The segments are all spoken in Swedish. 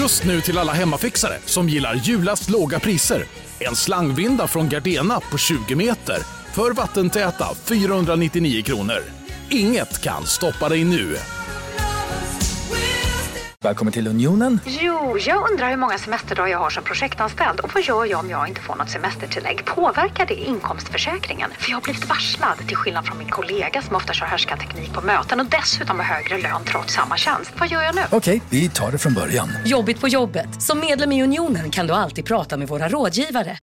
Just nu till alla hemmafixare som gillar Julas låga priser. En slangvinda från Gardena på 20 meter för vattentäta 499 kronor. Inget kan stoppa dig nu. Välkommen till Unionen. Jo, jag undrar hur många semesterdagar jag har som projektanställd och vad gör jag om jag inte får något semestertillägg? Påverkar det inkomstförsäkringen? För jag har blivit varslad, till skillnad från min kollega som ofta kör härskarteknik på möten och dessutom har högre lön trots samma tjänst. Vad gör jag nu? Okej, vi tar det från början. Jobbigt på jobbet. Som medlem i Unionen kan du alltid prata med våra rådgivare.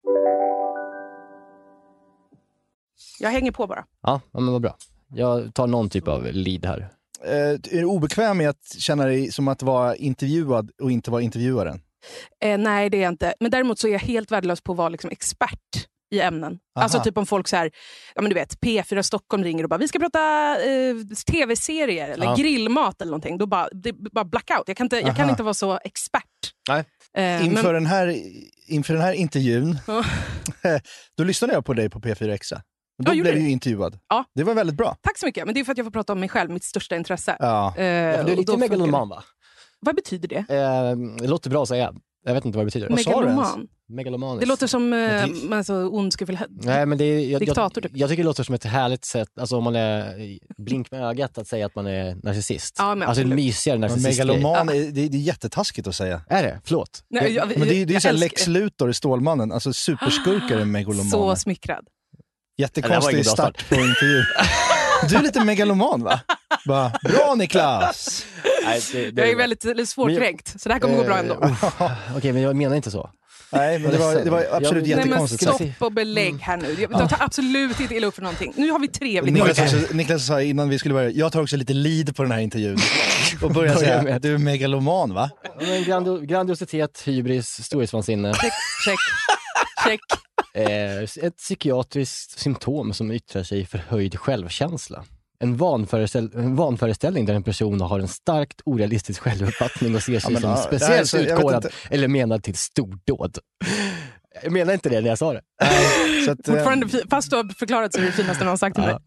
Jag hänger på bara. Ja, men vad bra. Jag tar någon typ av lead här. Är du obekväm med att känna dig som att vara intervjuad och inte vara intervjuaren? Nej, det är jag inte. Men däremot så är jag helt värdelös på att vara liksom expert i ämnen. Aha. Alltså typ om folk så här, ja men du vet, P4 Stockholm ringer och bara, vi ska prata tv-serier eller grillmat eller någonting. Då bara, det är bara blackout. Jag kan inte vara så expert. Nej. Inför den här intervjun då lyssnade jag på dig på P4 Extra. Då blev du ju intervjuad. Ja. Det var väldigt bra. Tack så mycket. Men det är för att jag får prata om mig själv, mitt största intresse. Ja. Du är lite megaloman, va? Vad betyder det? Det låter bra att säga. Jag vet inte vad det betyder. Megaloman. Megalomaniskt. Det låter som alltså, ondskefull Nej, men diktator typ. Jag tycker det låter som ett härligt sätt, alltså om man är blink med ögat, att säga att man är narcissist. Ja, men alltså en mysigare narcissist. Megaloman, det är jättetaskigt att säga. Är det? Förlåt. Nej, men det är ju såhär Lex Luthor i Stålmannen. Alltså superskurkar är megaloman. Så smickrad. Jättekonstig start på intervju. Du är lite megaloman, va? Bra, Niklas! Nej, jag är väldigt svårkränkt, så det här kommer gå bra ändå. Okej, men jag menar inte så. Nej, men det var absolut jättekonstigt. Nej, men stopp och belägg här nu. Jag tar absolut inte illa upp för någonting. Nu har vi trevligt. Niklas sa innan vi skulle börja, jag tar också lite lead på den här intervjun. Och börjar säga, du är megaloman, va? Grandiositet, hybris, storhetsvansinne. Check. Ett psykiatriskt symptom som yttrar sig i förhöjd självkänsla. En vanföreställning där en person har en starkt orealistisk självuppfattning och ser sig som speciellt utkorad eller menad till stordåd. Jag menar inte det när jag sa det. Så att, fortfarande, fast du har förklarat så är det finaste någon sagt till mig.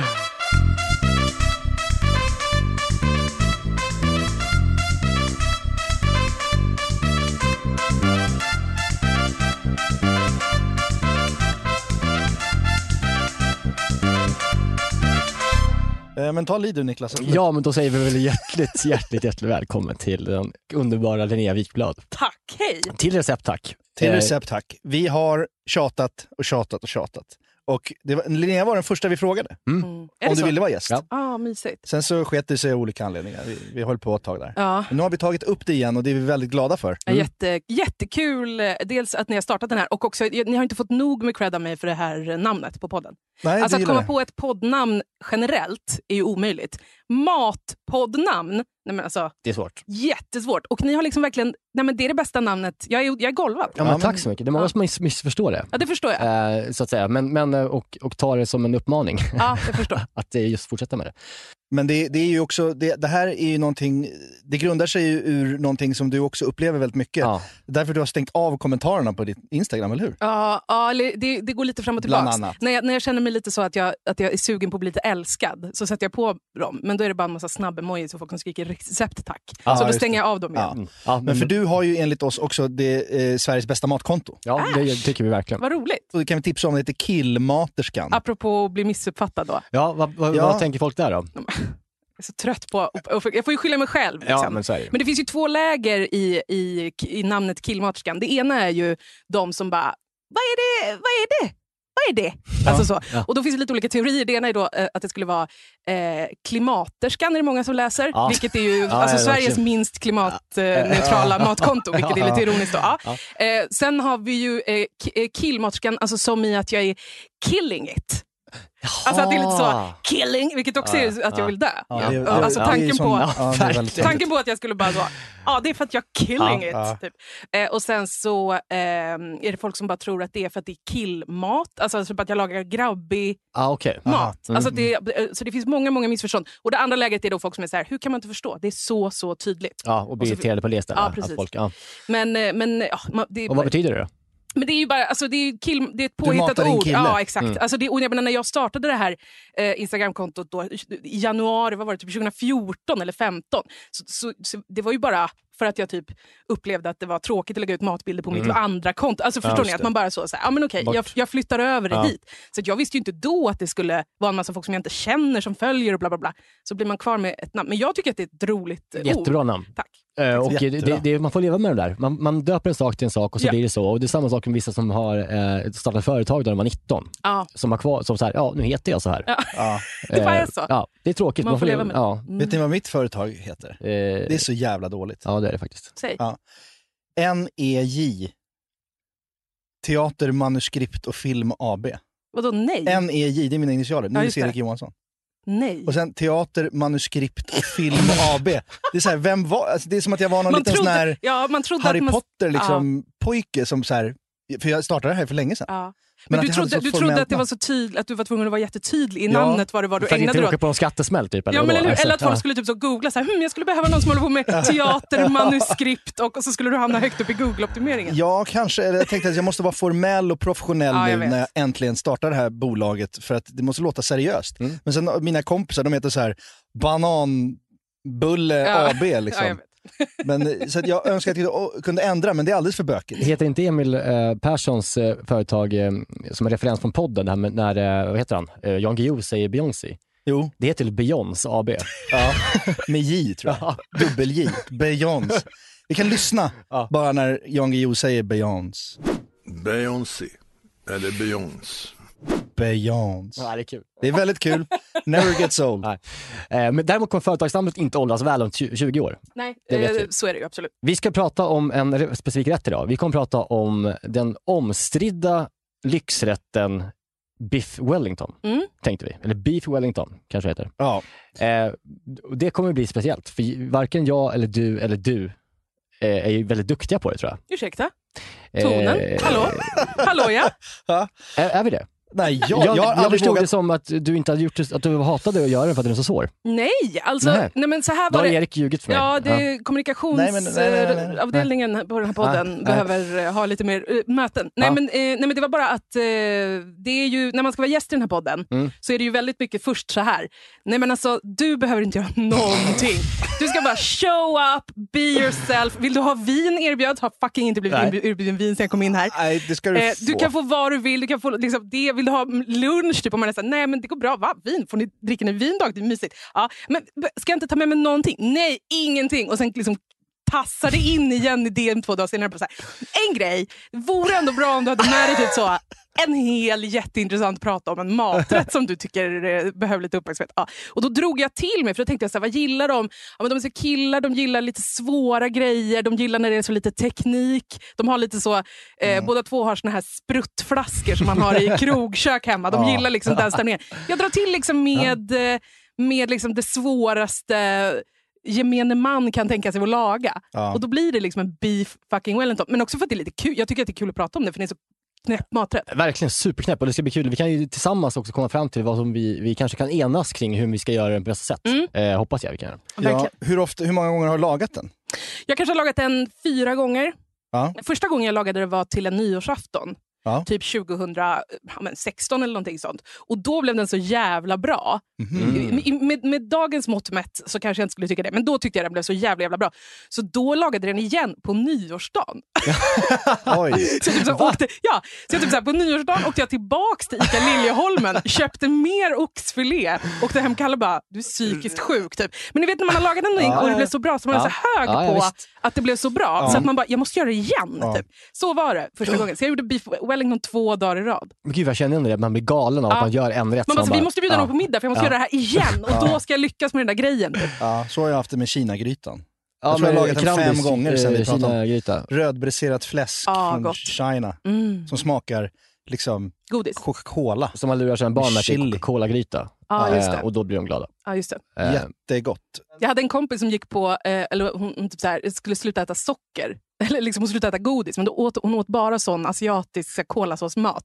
Men ta lid du, Niklas. Ja, men då säger vi väl hjärtligt välkommen till den underbara Linnea Wikblad. Tack, hej! Till recept, tack. Till recept, tack. Vi har tjatat. Och Linnea var den första vi frågade. Om du ville vara gäst. Ja, mysigt. Sen så sket det sig av olika anledningar. Vi höll på ett tag där. Ja. Men nu har vi tagit upp det igen och det är vi väldigt glada för. Jättekul. Dels att ni har startat den här och också, ni har inte fått nog med cred av mig för det här namnet på podden. Nej, alltså att komma på ett poddnamn generellt är ju omöjligt. Matpoddnamn, nej men alltså, det är svårt. Jättesvårt. Och ni har liksom verkligen, nej men det är det bästa namnet. Jag är golvad. Ja, men tack så mycket. Det är många som missförstår det. Ja, det förstår jag. Så att säga. Men och tar det som en uppmaning. Ja, jag förstår. Att just fortsätta med det. Men det är ju också, det här är ju någonting, det grundar sig ju ur någonting som du också upplever väldigt mycket. Ja. Därför du har stängt av kommentarerna på ditt Instagram, eller hur? Ja, det går lite fram och tillbaka. När jag känner mig lite så att jag är sugen på att bli lite älskad, så sätter jag på dem. Men då är det bara en massa snabb emojis och folk som skriker recept, tack. Så då stänger jag av dem igen. Ja, men för du har ju enligt oss också Sveriges bästa matkonto. Ja, det tycker vi verkligen. Vad roligt. Och det kan vi tipsa om, det heter Killmaterskan. Apropå att bli missuppfattad då. Ja, vad tänker folk där då? Jag är så trött på, jag får ju skylla mig själv. Liksom. Ja, men det finns ju två läger i namnet Killmaterskan. Det ena är ju de som bara, vad är det? Ja, alltså så. Ja. Och då finns det lite olika teorier. Det ena är då att det skulle vara klimaterskan, är det många som läser. Ja. Vilket är ju Sveriges minst klimatneutrala matkonto. Vilket är lite ironiskt då. Ja. Sen har vi ju Killmaterskan, alltså som i att jag är killing it. Alltså att det är lite så killing, vilket också är att jag vill dö. Alltså tanken på att jag skulle bara så, det är för att jag killing it typ. Och sen så är det folk som bara tror att det är för att det är killmat, alltså typ att jag lagar grabbig mat. Alltså så det finns många missförstånd. Och det andra läget är då folk som är så här, hur kan man inte förstå? Det är så tydligt. Ja, och blir irriterade på det stället. Ja, precis. Folk, och vad betyder det då? Men det är ju bara, alltså det är ett påhittat ord. Ja, exakt. Alltså och jag menar, när jag startade det här Instagramkontot då i januari, vad var det, typ 2014 eller 15, så det var ju bara för att jag typ upplevde att det var tråkigt att lägga ut matbilder på mitt andra konto. Alltså förstår ni att man bara så här, ja men okej, jag flyttar över det dit. Så att jag visste ju inte då att det skulle vara en massa folk som jag inte känner som följer och bla bla bla. Så blir man kvar med ett namn. Men jag tycker att det är ett roligt ord. Jättebra namn. Tack. Och man får leva med det där. Man döper en sak till en sak och så blir det så. Och det är samma sak med vissa som har startat företag där de var 19. Som har kvar, som så här, nu heter jag så här. Det var så. Ja, det är tråkigt. Man får leva med det. Vet ni vad mitt företag heter? Det är så jävla dåligt. Ja, det är det faktiskt. Säg. NEJ. Teater, manuskript och film AB. Vadå nej? NEJ, det är mina initialer. Nils-Erik Johansson. Nej. Och sen teater, manuskript och film AB. Det är så här, vem var... Alltså det är som att jag var någon liten sån här Harry Potter liksom, pojke som så här... För jag startade det här för länge sedan. Ja. Men du trodde att det var så tydligt, att du var tvungen att vara jättetydlig i namnet vad det var du ägnade dig åt. För att inte åka på en skattesmäll typ. Eller att folk skulle typ så googla så här, jag skulle behöva någon som håller på med teater, manuskript och så skulle du hamna högt upp i Google-optimeringen. Ja, kanske. Eller jag tänkte att jag måste vara formell och professionell nu när jag äntligen startar det här bolaget för att det måste låta seriöst. Men sen mina kompisar, de heter så här Bananbulle AB liksom. Ja, men, så att jag önskar att jag kunde ändra, men det är alldeles för bökigt. Heter inte Emil Perssons företag som en referens från podden där när, vad heter han? Jan Guillou säger Beyoncé. Jo. Det heter Beyoncé AB. Ja, med J tror jag. Dubbel-J. Beyoncé. Vi kan lyssna bara när Jan Guillou säger Beyoncé. Beyoncé. Eller Beyoncé. Beyoncé. Ja, det är kul. Det är väldigt kul. Never gets old. Men däremot kommer företagsnamnet inte åldras väl om 20 år. Nej, så är det ju absolut. Vi ska prata om en specifik rätt idag. Vi kommer prata om den omstridda lyxrätten Beef Wellington, tänkte vi. Eller Beef Wellington, kanske heter. Ja. Det kommer bli speciellt. För varken jag eller du är ju väldigt duktiga på det, tror jag. Ursäkta? Tonen? Hallå ja? Är vi det? Nej, jag förstod det som att du inte hade gjort det, att du hatade att göra det för att den är så svår. Nej, alltså nej men så här var det. Då har Erik ljugit för mig. Ja, det är kommunikationsavdelningen på den här podden behöver ha lite mer möten. Nej men det var bara att det är ju när man ska vara gäst i den här podden så är det ju väldigt mycket först så här. Nej men alltså, du behöver inte göra någonting. Du ska bara show up, be yourself. Vill du ha vin erbjöd? Har fucking inte blivit erbjuden vin sen jag kom in här. Nej, det ska du få. Du kan få vad du vill, du kan få liksom det. Vill du ha lunch typ, om man är såhär, nej men det går bra, va? Vin, får ni dricka en vindag, det är mysigt. Ja, men ska jag inte ta med mig någonting? Nej, ingenting. Och sen liksom tassar det in igen i det 2 dagar senare på så här. En grej, vore ändå bra om du hade med dig typ så en hel jätteintressant prata om en maträtt som du tycker behöver lite uppmärksamhet. Ja. Och då drog jag till mig, för då tänkte jag så här, vad gillar de? Ja, men de är så killar, de gillar lite svåra grejer, de gillar när det är så lite teknik. De har lite så, båda två har såna här spruttflaskor som man har i krogkök hemma. De gillar liksom den stämningen. Jag drar till liksom med liksom det svåraste gemene man kan tänka sig att laga. Och då blir det liksom en beef fucking Wellington. Men också för att det är lite kul. Jag tycker att det är kul att prata om det, för det är så knäpp maträtt. Verkligen superknäpp, och det ska bli kul. Vi kan ju tillsammans också komma fram till vad som vi kanske kan enas kring hur vi ska göra den på bästa sätt. Hoppas jag vi kan. Ja, hur många gånger har du lagat den? Jag kanske har lagat den 4 gånger. Första gången jag lagade det var till en nyårsafton. Typ 2016 eller någonting sånt. Och då blev den så jävla bra. Med dagens mått mätt så kanske jag inte skulle tycka det. Men då tyckte jag den blev så jävla bra. Så då lagade den igen på nyårsdagen. Oj. Så på nyårsdagen åkte jag tillbaks till Ica Liljeholmen, köpte mer oxfilé, åkte hem Kalle bara, du är psykiskt sjuk typ. Men ni vet när man har lagat någonting och det blev så bra, så man är så hög på att det blev så bra. Så att man bara, jag måste göra det igen typ. Så var det första gången. Så jag gjorde beef Wellington 2 dagar i rad. Men gud, jag känner ändå det, man blir galen av att man gör en rätt. Man bara, vi måste bjuda någon på middag, för jag måste göra det här igen. Och då ska jag lyckas med den där grejen typ. Ja, så har jag haft det med Kina-grytan. Jag tror jag har lagat den 5 gånger sen vi pratade om rödbräserat fläsk från China. Som smakar liksom godis. Coca-Cola. Som man lurar sig en barn med till Coca-Cola-gryta. Och då blir de glada. Ja, just det. Jättegott. Jag hade en kompis som gick på, eller hon typ så här, skulle sluta äta socker. Eller liksom hon slutade äta godis. Men då hon åt bara sån asiatisk kolasåsmat.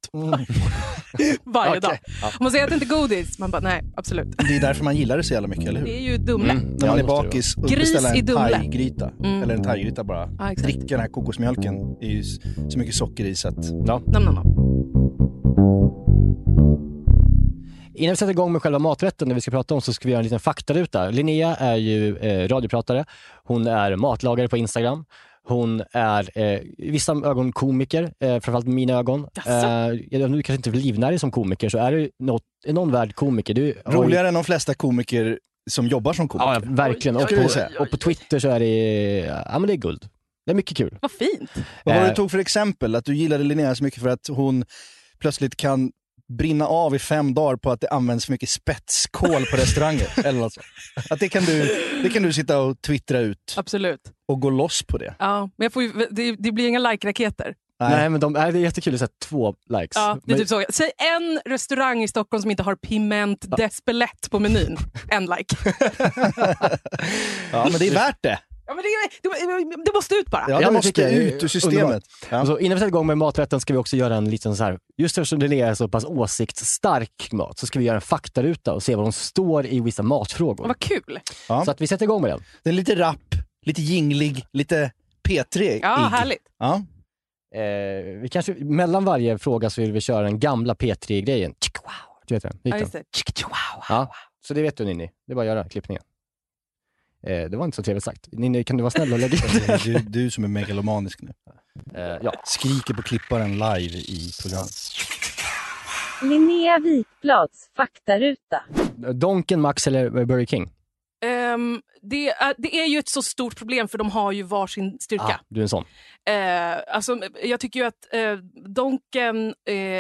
Varje dag. Om man säger att det inte är godis, man bara, nej, absolut. Det är därför man gillar det så jävla mycket, eller hur? Det är ju Dumle. När man är bakis och beställer en thaigryta. Eller en thaigryta bara. Dricka den här kokosmjölken. Det är ju så mycket socker i så att... Innan vi sätter igång med själva maträtten när vi ska prata om så ska vi göra en liten faktaruta. Linnea är ju radiopratare. Hon är matlagare på Instagram. Hon är i vissa ögon komiker, framförallt i mina ögon. Nu kanske inte livnärig som komiker, så är det någon värld komiker. Roligare än de flesta komiker som jobbar som komiker. Ja, verkligen. Och på Twitter så är det, det är guld. Det är mycket kul. Vad fint. Vad var det du tog för exempel? Att du gillade Linnea så mycket för att hon plötsligt kan brinna av i 5 dagar på att det används för mycket spetskål på restauranger. Eller något. Att det kan du sitta och twittra ut. Absolut. Och gå loss på det. Ja, men det blir inga like-raketer. Nej, men det är jättekul att säga 2 likes. Ja, det är typ så. Säg en restaurang i Stockholm som inte har piment despelett på menyn. En like. Ja, men det är värt det. Ja, men det måste ut bara. Ja, det måste ut ur systemet. Ja. Så innan vi sätter igång med maträtten ska vi också göra en liten så här, just eftersom det är så pass åsiktsstark mat, så ska vi göra en faktaruta och se vad de står i vissa matfrågor. Vad kul. Ja. Så att vi sätter igång med den. Den är lite rapp, lite jinglig, lite P3. Ja, härligt. Ja. Vi kanske, mellan varje fråga så vill vi köra den gamla P3-grejen. Du vet det? Ja, just det. Ja, så det vet du, Ninni. Det är bara att göra klippningen. Det var inte så trevligt sagt. Ninni, kan du vara snäll och lägga in? Du som är megalomanisk nu. Ja. Skriker på klipparen live i programmet. Linnea Wikblads faktaruta. Donken, Max eller Burger King? Det är ju ett så stort problem för de har ju varsin styrka. Du är en sån. Alltså, jag tycker ju att Donken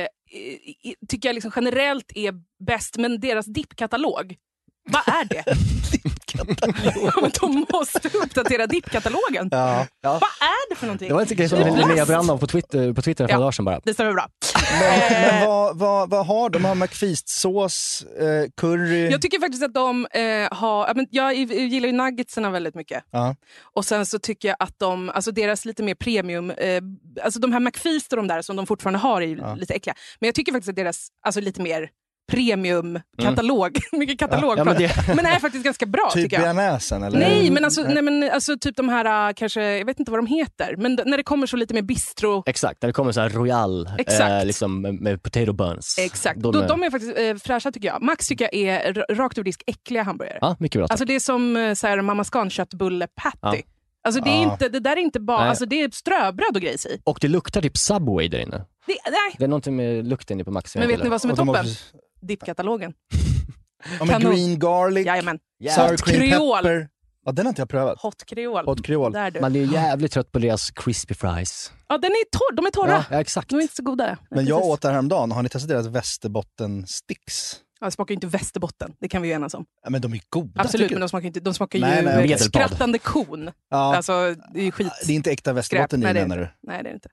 tycker jag liksom generellt är bäst, men deras dippkatalog, vad är det? Dippkatalog? De måste uppdatera dippkatalogen. Ja. Vad är det för någonting? Det var inte grej som Linnea brann av på Twitter för några år sedan bara. Det stämmer bra. Men vad har de? Har McFeast-sås, curry? Jag tycker faktiskt att de har... Jag gillar ju nuggetsarna väldigt mycket. Och sen så tycker jag att deras lite mer premium... alltså de här McFeast och de där som de fortfarande har är ju lite äckliga. Men jag tycker faktiskt att deras lite mer premium-katalog. Mycket katalog. Ja, men är faktiskt ganska bra, typ tycker jag. bearnaisen, eller? Nej, men alltså typ de här kanske, jag vet inte vad de heter, men när det kommer så lite mer bistro. Exakt, när det kommer så här royal liksom med potato buns. Exakt. De är faktiskt fräscha, tycker jag. Max tycker jag är rakt över disk äckliga hamburgare. Ja, mycket bra. Alltså det är som så här Mamma Scan köttbulle patty. Ja. Alltså det där är inte bara, alltså det är ströbröd och grejs i. Och det luktar typ Subway där inne. Nej. Det är någonting med lukten inne på Max. Men vet ni vad som är toppen? Dippkatalogen. Ja, med green garlic, sour cream pepper. Ja, den har inte jag prövat. Hot kreol. Man är jävligt trött på deras crispy fries. Ja, de är torra. Ja, exakt. De är inte så goda. Men jag åt det häromdagen. Har ni testat deras Västerbotten sticks? Ja, det smakar ju inte Västerbotten. Det kan vi ju enas om. Ja, men de är goda. Absolut, men de smakar ju skrattande kon. Ja. Alltså, det är ju skit. Det är inte äkta Västerbotten i, menar du? Nej, det är inte.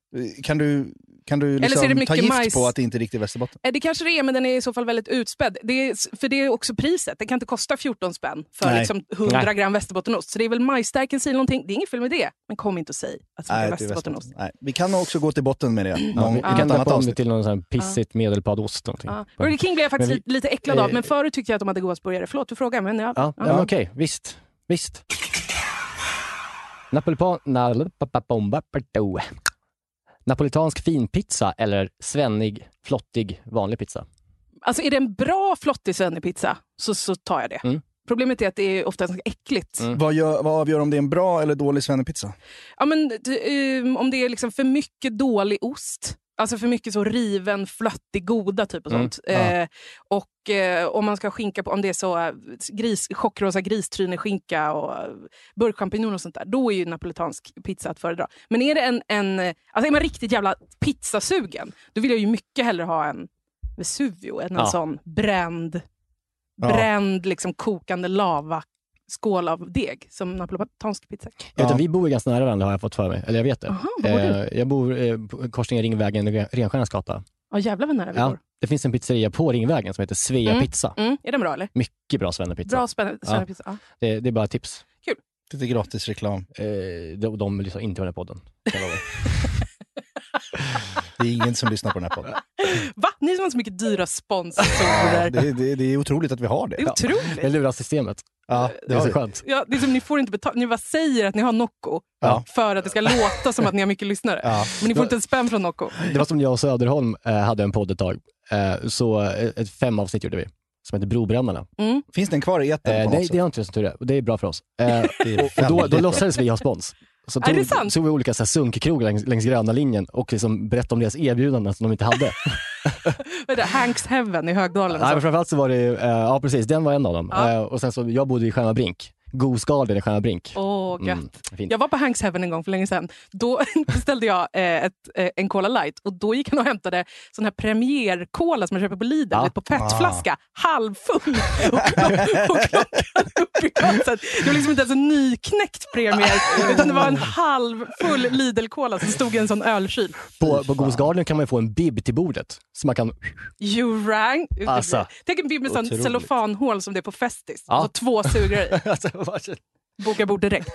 Kan du liksom ta gift majs på att det inte är riktigt Västerbotten? Det kanske det är, men den är i så fall väldigt utspädd. För det är också priset. Den kan inte kosta 14 spänn för liksom 100 gram Västerbottenost. Så det är väl majsstärken säger någonting. Det är inget fel med det. Men kom inte och säg att det är Västerbottenost. Nej, vi kan också gå till botten med det. Vi kan döpa om det till någon sån här pissigt medelpadost. Burger King blev jag faktiskt lite äcklad av, men förut tyckte jag att de hade godast burgare. Förlåt, du frågar, men ja. Men okej, visst. Napolitansk finpizza eller svennig, flottig, vanlig pizza? Alltså är det en bra flottig svennig pizza så tar jag det. Problemet är att det är ofta ganska äckligt. Vad avgör om det är en bra eller dålig svennepizza? Ja, men om det är liksom för mycket dålig ost. Alltså för mycket så riven, flöttig, goda typ och sånt. Och om man ska skinka på, om det är så chockrosa gristryneskinka och burkchampinjon och sånt där, då är ju napolitansk pizza att föredra. Men är det alltså är man riktigt jävla pizzasugen, då vill jag ju mycket hellre ha en Vesuvio än en sån bränd liksom kokande lava skål av deg som napolitansk pizza. Vi bor ju ganska nära varandra, har jag fått för mig. Eller jag vet det. Aha, jag bor på korsningen Ringvägen, Renstjärnas gata. Ja, jävlar vad nära vi bor. Det finns en pizzeria på Ringvägen som heter Svea Pizza. Är den bra eller? Mycket bra svennepizza. Bra svennepizza. Ja. Det är bara tips. Kul. Lite gratis reklam. De lyssnar inte på den här podden. Det är ingen som lyssnar på den här podden. Va? Ni som har så mycket dyra sponsorer. Det är otroligt att vi har det. Det är otroligt. Det lurar systemet. Ja, det är så skönt. Ja, det är som ni får inte betala. Ni bara säger att ni har Nocco för att det ska låta som att ni har mycket lyssnare. Men ni får inte en spänn från Nocco. Det var som jag och Söderholm hade en podd ett tag. Så 5 avsnitt gjorde vi. som heter Brobrännarna. Finns den kvar i etern? Det har inte jag som tur är. Och det är bra för oss. Och då låtsades vi ha spons. Så är det sant? Så vi olika sunkkrogar längs gröna linjen och liksom berättade om deras erbjudanden som de inte hade. Vad är det? Hanks Heaven i Högdalen? Nej, men framförallt så var det, ja precis, den var en av dem. Och sen så, jag bodde i Stjärna Brink. Gosgarden i Stjärna Brink. Gött. Jag var på Hanks Heaven en gång för länge sedan. Då beställde jag en Cola Light och då gick han och hämtade sån här premiär-cola som man köper på Lidl på petflaska, halvfull och klockan upp i glaset. Det var liksom inte ens en nyknäckt premiär utan det var en halvfull Lidl-cola som stod i en sån ölkyl. På Gosgarden kan man få en bib till bordet så man kan... You rang. Alltså. Tänk en bib med sån cellofanhål som det är på Festis. Ja. Och 2 sugrör i. Boka bord direkt.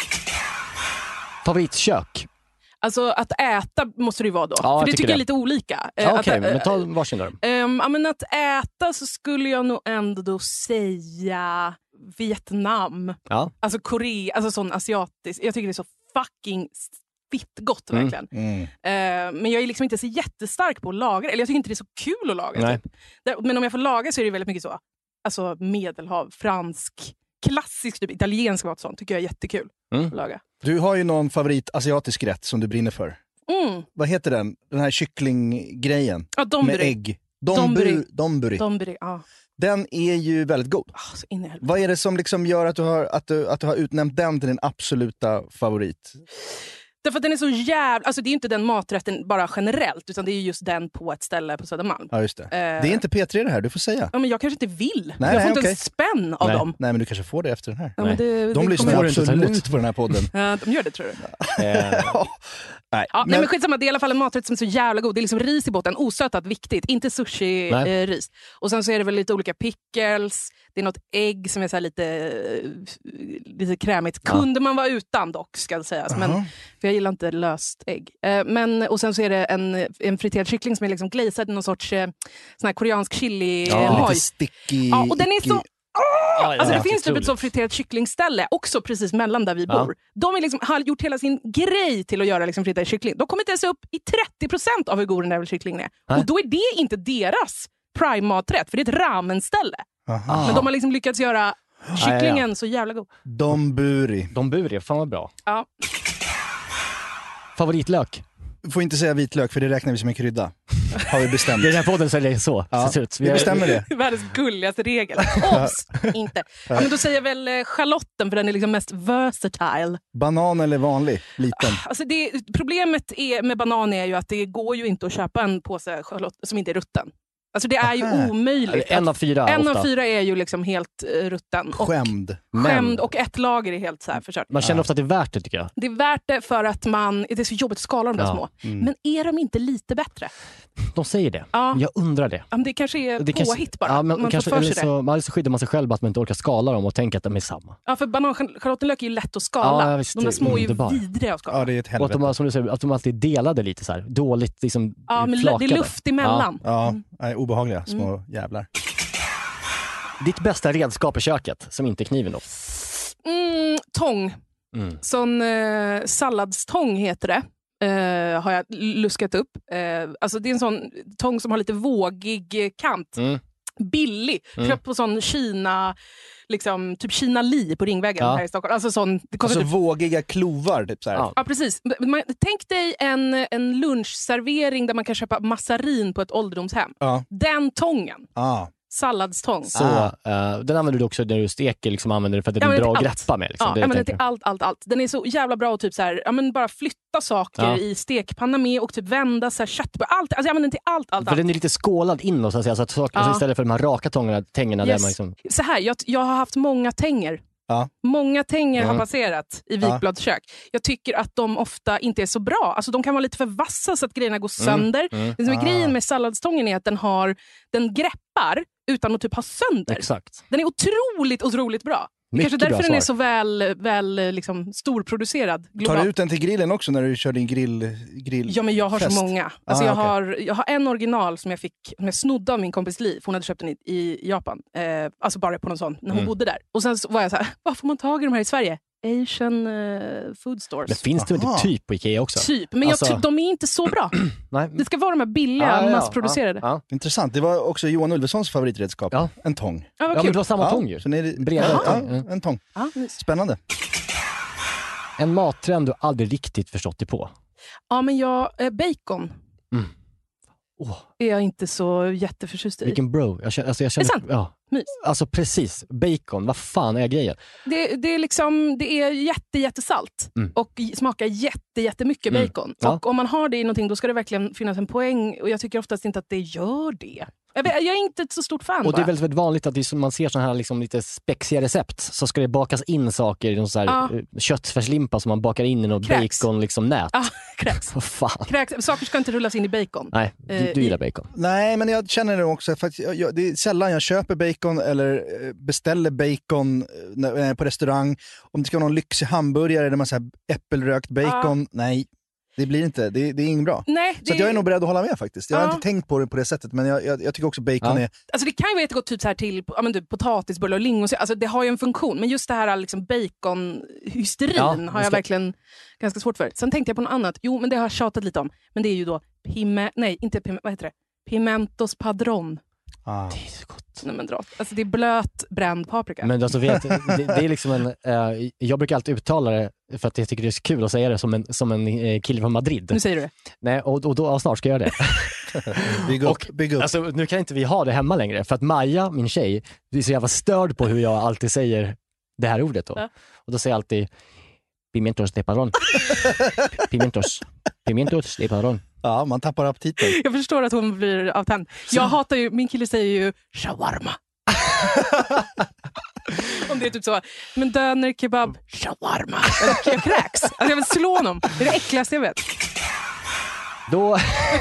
Favoritkök? Alltså att äta måste det ju vara då. Ja, för det tycker jag är lite olika. Okej, men ta varsin då. Men att äta så skulle jag nog ändå säga Vietnam. Ja. Alltså Korea, alltså sån asiatisk. Jag tycker det är så fucking fitt gott verkligen. Men jag är liksom inte så jättestark på att laga. Eller jag tycker inte det är så kul att laga. Typ. Men om jag får laga så är det väldigt mycket så. Alltså Medelhav, fransk, klassisk typ italiensk mat sånt tycker jag är jättekul att laga. Du har ju någon favorit asiatisk rätt som du brinner för. Vad heter den? Den här kycklinggrejen med ägg. Donburi. Ja. Den är ju väldigt god. Vad är det som liksom gör att du har utnämnt den till din absoluta favorit? Därför att den är så jävla... Alltså det är inte den maträtten bara generellt, utan det är just den på ett ställe på Södermalm. Ja, just det. Det är inte P3 det här, du får säga. Ja, men jag kanske inte vill. Jag får inte en spänn av dem. Nej, men du kanske får det efter den här. Ja, de lyssnar absolut på den här podden. Ja, de gör det, tror du. Nej, men skitsamma, det är i alla fall en maträtt som är så jävla god. Det är liksom ris i botten, osötat, viktigt. Inte sushi-ris. Och sen så är det väl lite olika pickles. Det är något ägg som är så här lite krämigt. Kunde man vara utan dock, ska sägas. Men, för jag gillar inte löst ägg. Och sen så är det en friterad kyckling som är liksom glazad i någon sorts sån här koreansk chili. Lite sticky. Ja, och den är så... Alltså det finns typ ett så friterat kycklingställe också precis mellan där vi bor. De har gjort hela sin grej till att göra liksom friterad kyckling. De kommer inte ens upp i 30% av hur god den där kycklingen är. Och då är det inte deras prime-maträtt, för det är ett ramenställe. Men de har liksom lyckats göra kycklingen så jävla god. Donburi, fan vad bra. Ja. Favoritlök? Får inte säga vitlök, för det räknar vi som en krydda. Har vi bestämt. I den här podden så är det så. Vi bestämmer det. Världens gulligaste regel. Oss, inte. Ja, men då säger jag väl schalotten, för den är liksom mest versatile. Banan eller vanlig? Liten? Alltså problemet med banan är ju att det går ju inte att köpa en påse schalott som inte är rutten. Alltså det är ju omöjligt. En av 4 En av 4 är ju liksom helt rutten. Skämd. Och ett lager är helt så här förkört. Man känner ofta att det är värt det, tycker jag. Det är värt det för att det är så jobbigt att skala de där små. Men är de inte lite bättre? De säger det. Jag undrar det. Ja, men det kanske är påhitt bara. Ja, men man kanske, får för sig eller så skyddar man sig själv att man inte orkar skala dem och tänker att de är samma. Ja, för schalottenlök är ju lätt att skala. Ja, visst, de är små är ju vidriga att skala. Ja, det är ett helvete. Och att de alltid delade lite så här. Dåligt liksom. Ja, men det är luft emellan. Obehagliga små jävlar. Ditt bästa redskap i köket, som inte är kniven då? Tång. Sån salladstång heter det. Har jag luskat upp. Alltså det är en sån tång som har lite vågig kant. Billig. Köpt på sån Kina, liksom typ Kina-li på Ringvägen här i Stockholm. Alltså vågiga klovar typ så här. Ja, precis. Tänk dig en lunchservering där man kan köpa massarin på ett ålderdomshem. Den tången. Salladstång. Så den använder du också när du steker, liksom använder det för att det är bra att greppa med. Liksom. Ja, men till allt. Den är så jävla bra att typ så här, bara flytta saker i stekpanna med och typ vända så här kött på allt. Alltså jag använder den till allt. För den är lite skålad inåt så att säga, så att alltså istället för de här raka tängerna där man liksom... Så här, jag har haft många tänger. Många tänger har passerat i vikbladskök. Jag tycker att de ofta inte är så bra. Alltså de kan vara lite för vassa så att grejerna går sönder. Det som är grejen med salladstången är att den greppar utan att typ ha sönder. Exakt. Den är otroligt bra. Kanske därför den är så väl liksom storproducerad globalt. Tar du ut den till grillen också när du kör din grill? Ja, men jag har så många. Alltså jag har en original som jag snodde av min kompis Liv. Hon hade köpt den i Japan. Alltså bara på någon sån, när hon bodde där. Och sen så var jag så här, vad får man tag i de här i Sverige? Asian food stores. Men finns det inte typ på Ikea också? Typ, men de är inte så bra. Nej. Det ska vara de här billiga, massproducerade. Ja. Intressant, det var också Johan Ulvessons favoritredskap. Ja. En tång. Ja, men det var samma tång ju. Så det bredare en tång. Spännande. En mattrend du aldrig riktigt förstått dig på? Ja, men bacon. Är jag inte så jätteförtjust i. Vilken bro. Jag känner, det är sant. Ja. Mys. Alltså precis, bacon, vad fan är grejen? Det är liksom, det är jättesalt och smakar jättemycket bacon. Ja. Och om man har det i någonting, då ska det verkligen finnas en poäng. Och jag tycker oftast inte att det gör det. Jag är inte ett så stort fan. Och det är väldigt vanligt att man ser sådana här liksom lite spexiga recept, så ska det bakas in saker i någon så här köttfärslimpa som man bakar in i något bacon liksom nät. Ja, kräks. Vad fan. Saker ska inte rullas in i bacon. Nej, du gillar bacon. Nej, men jag känner det också. För att det är sällan jag köper bacon eller beställer bacon på restaurang. Om det ska vara någon lyxig hamburgare eller så här äppelrökt bacon, nej. Det blir inte, det är inget bra. Nej, så att jag är nog beredd att hålla med faktiskt. Jag har inte tänkt på det sättet, men jag tycker också bacon är... Alltså det kan ju vara jättegott typ så här till potatisbullar och lingon. Alltså det har ju en funktion, men just det här liksom bacon-hysterin har jag verkligen ganska svårt för. Sen tänkte jag på något annat. Jo, men det har jag tjatat lite om. Men det är ju då pimentos padron. Det är så gott. Nej, men alltså det är blöt bränd paprika. Men alltså vet det är liksom jag brukar alltid uttala det för att jag tycker det är så kul att säga det som en kille från Madrid. Nu säger du det. Nej, och då snart ska jag göra det. Bygg upp. Alltså, nu kan inte vi ha det hemma längre, för att Maja, min tjej, är så jävla störd på hur jag alltid säger det här ordet då. Ja. Och då säger jag alltid pimientos de padron. Pimientos de padron. Ja, man tappar aptiten. Jag förstår att hon blir avtänd. Jag hatar ju, min kille säger ju shawarma. Om det är typ så, men döner, kebab, shawarma. Jag kräks. Alltså jag vill slå honom. Det är det äckligaste jag vet. Då...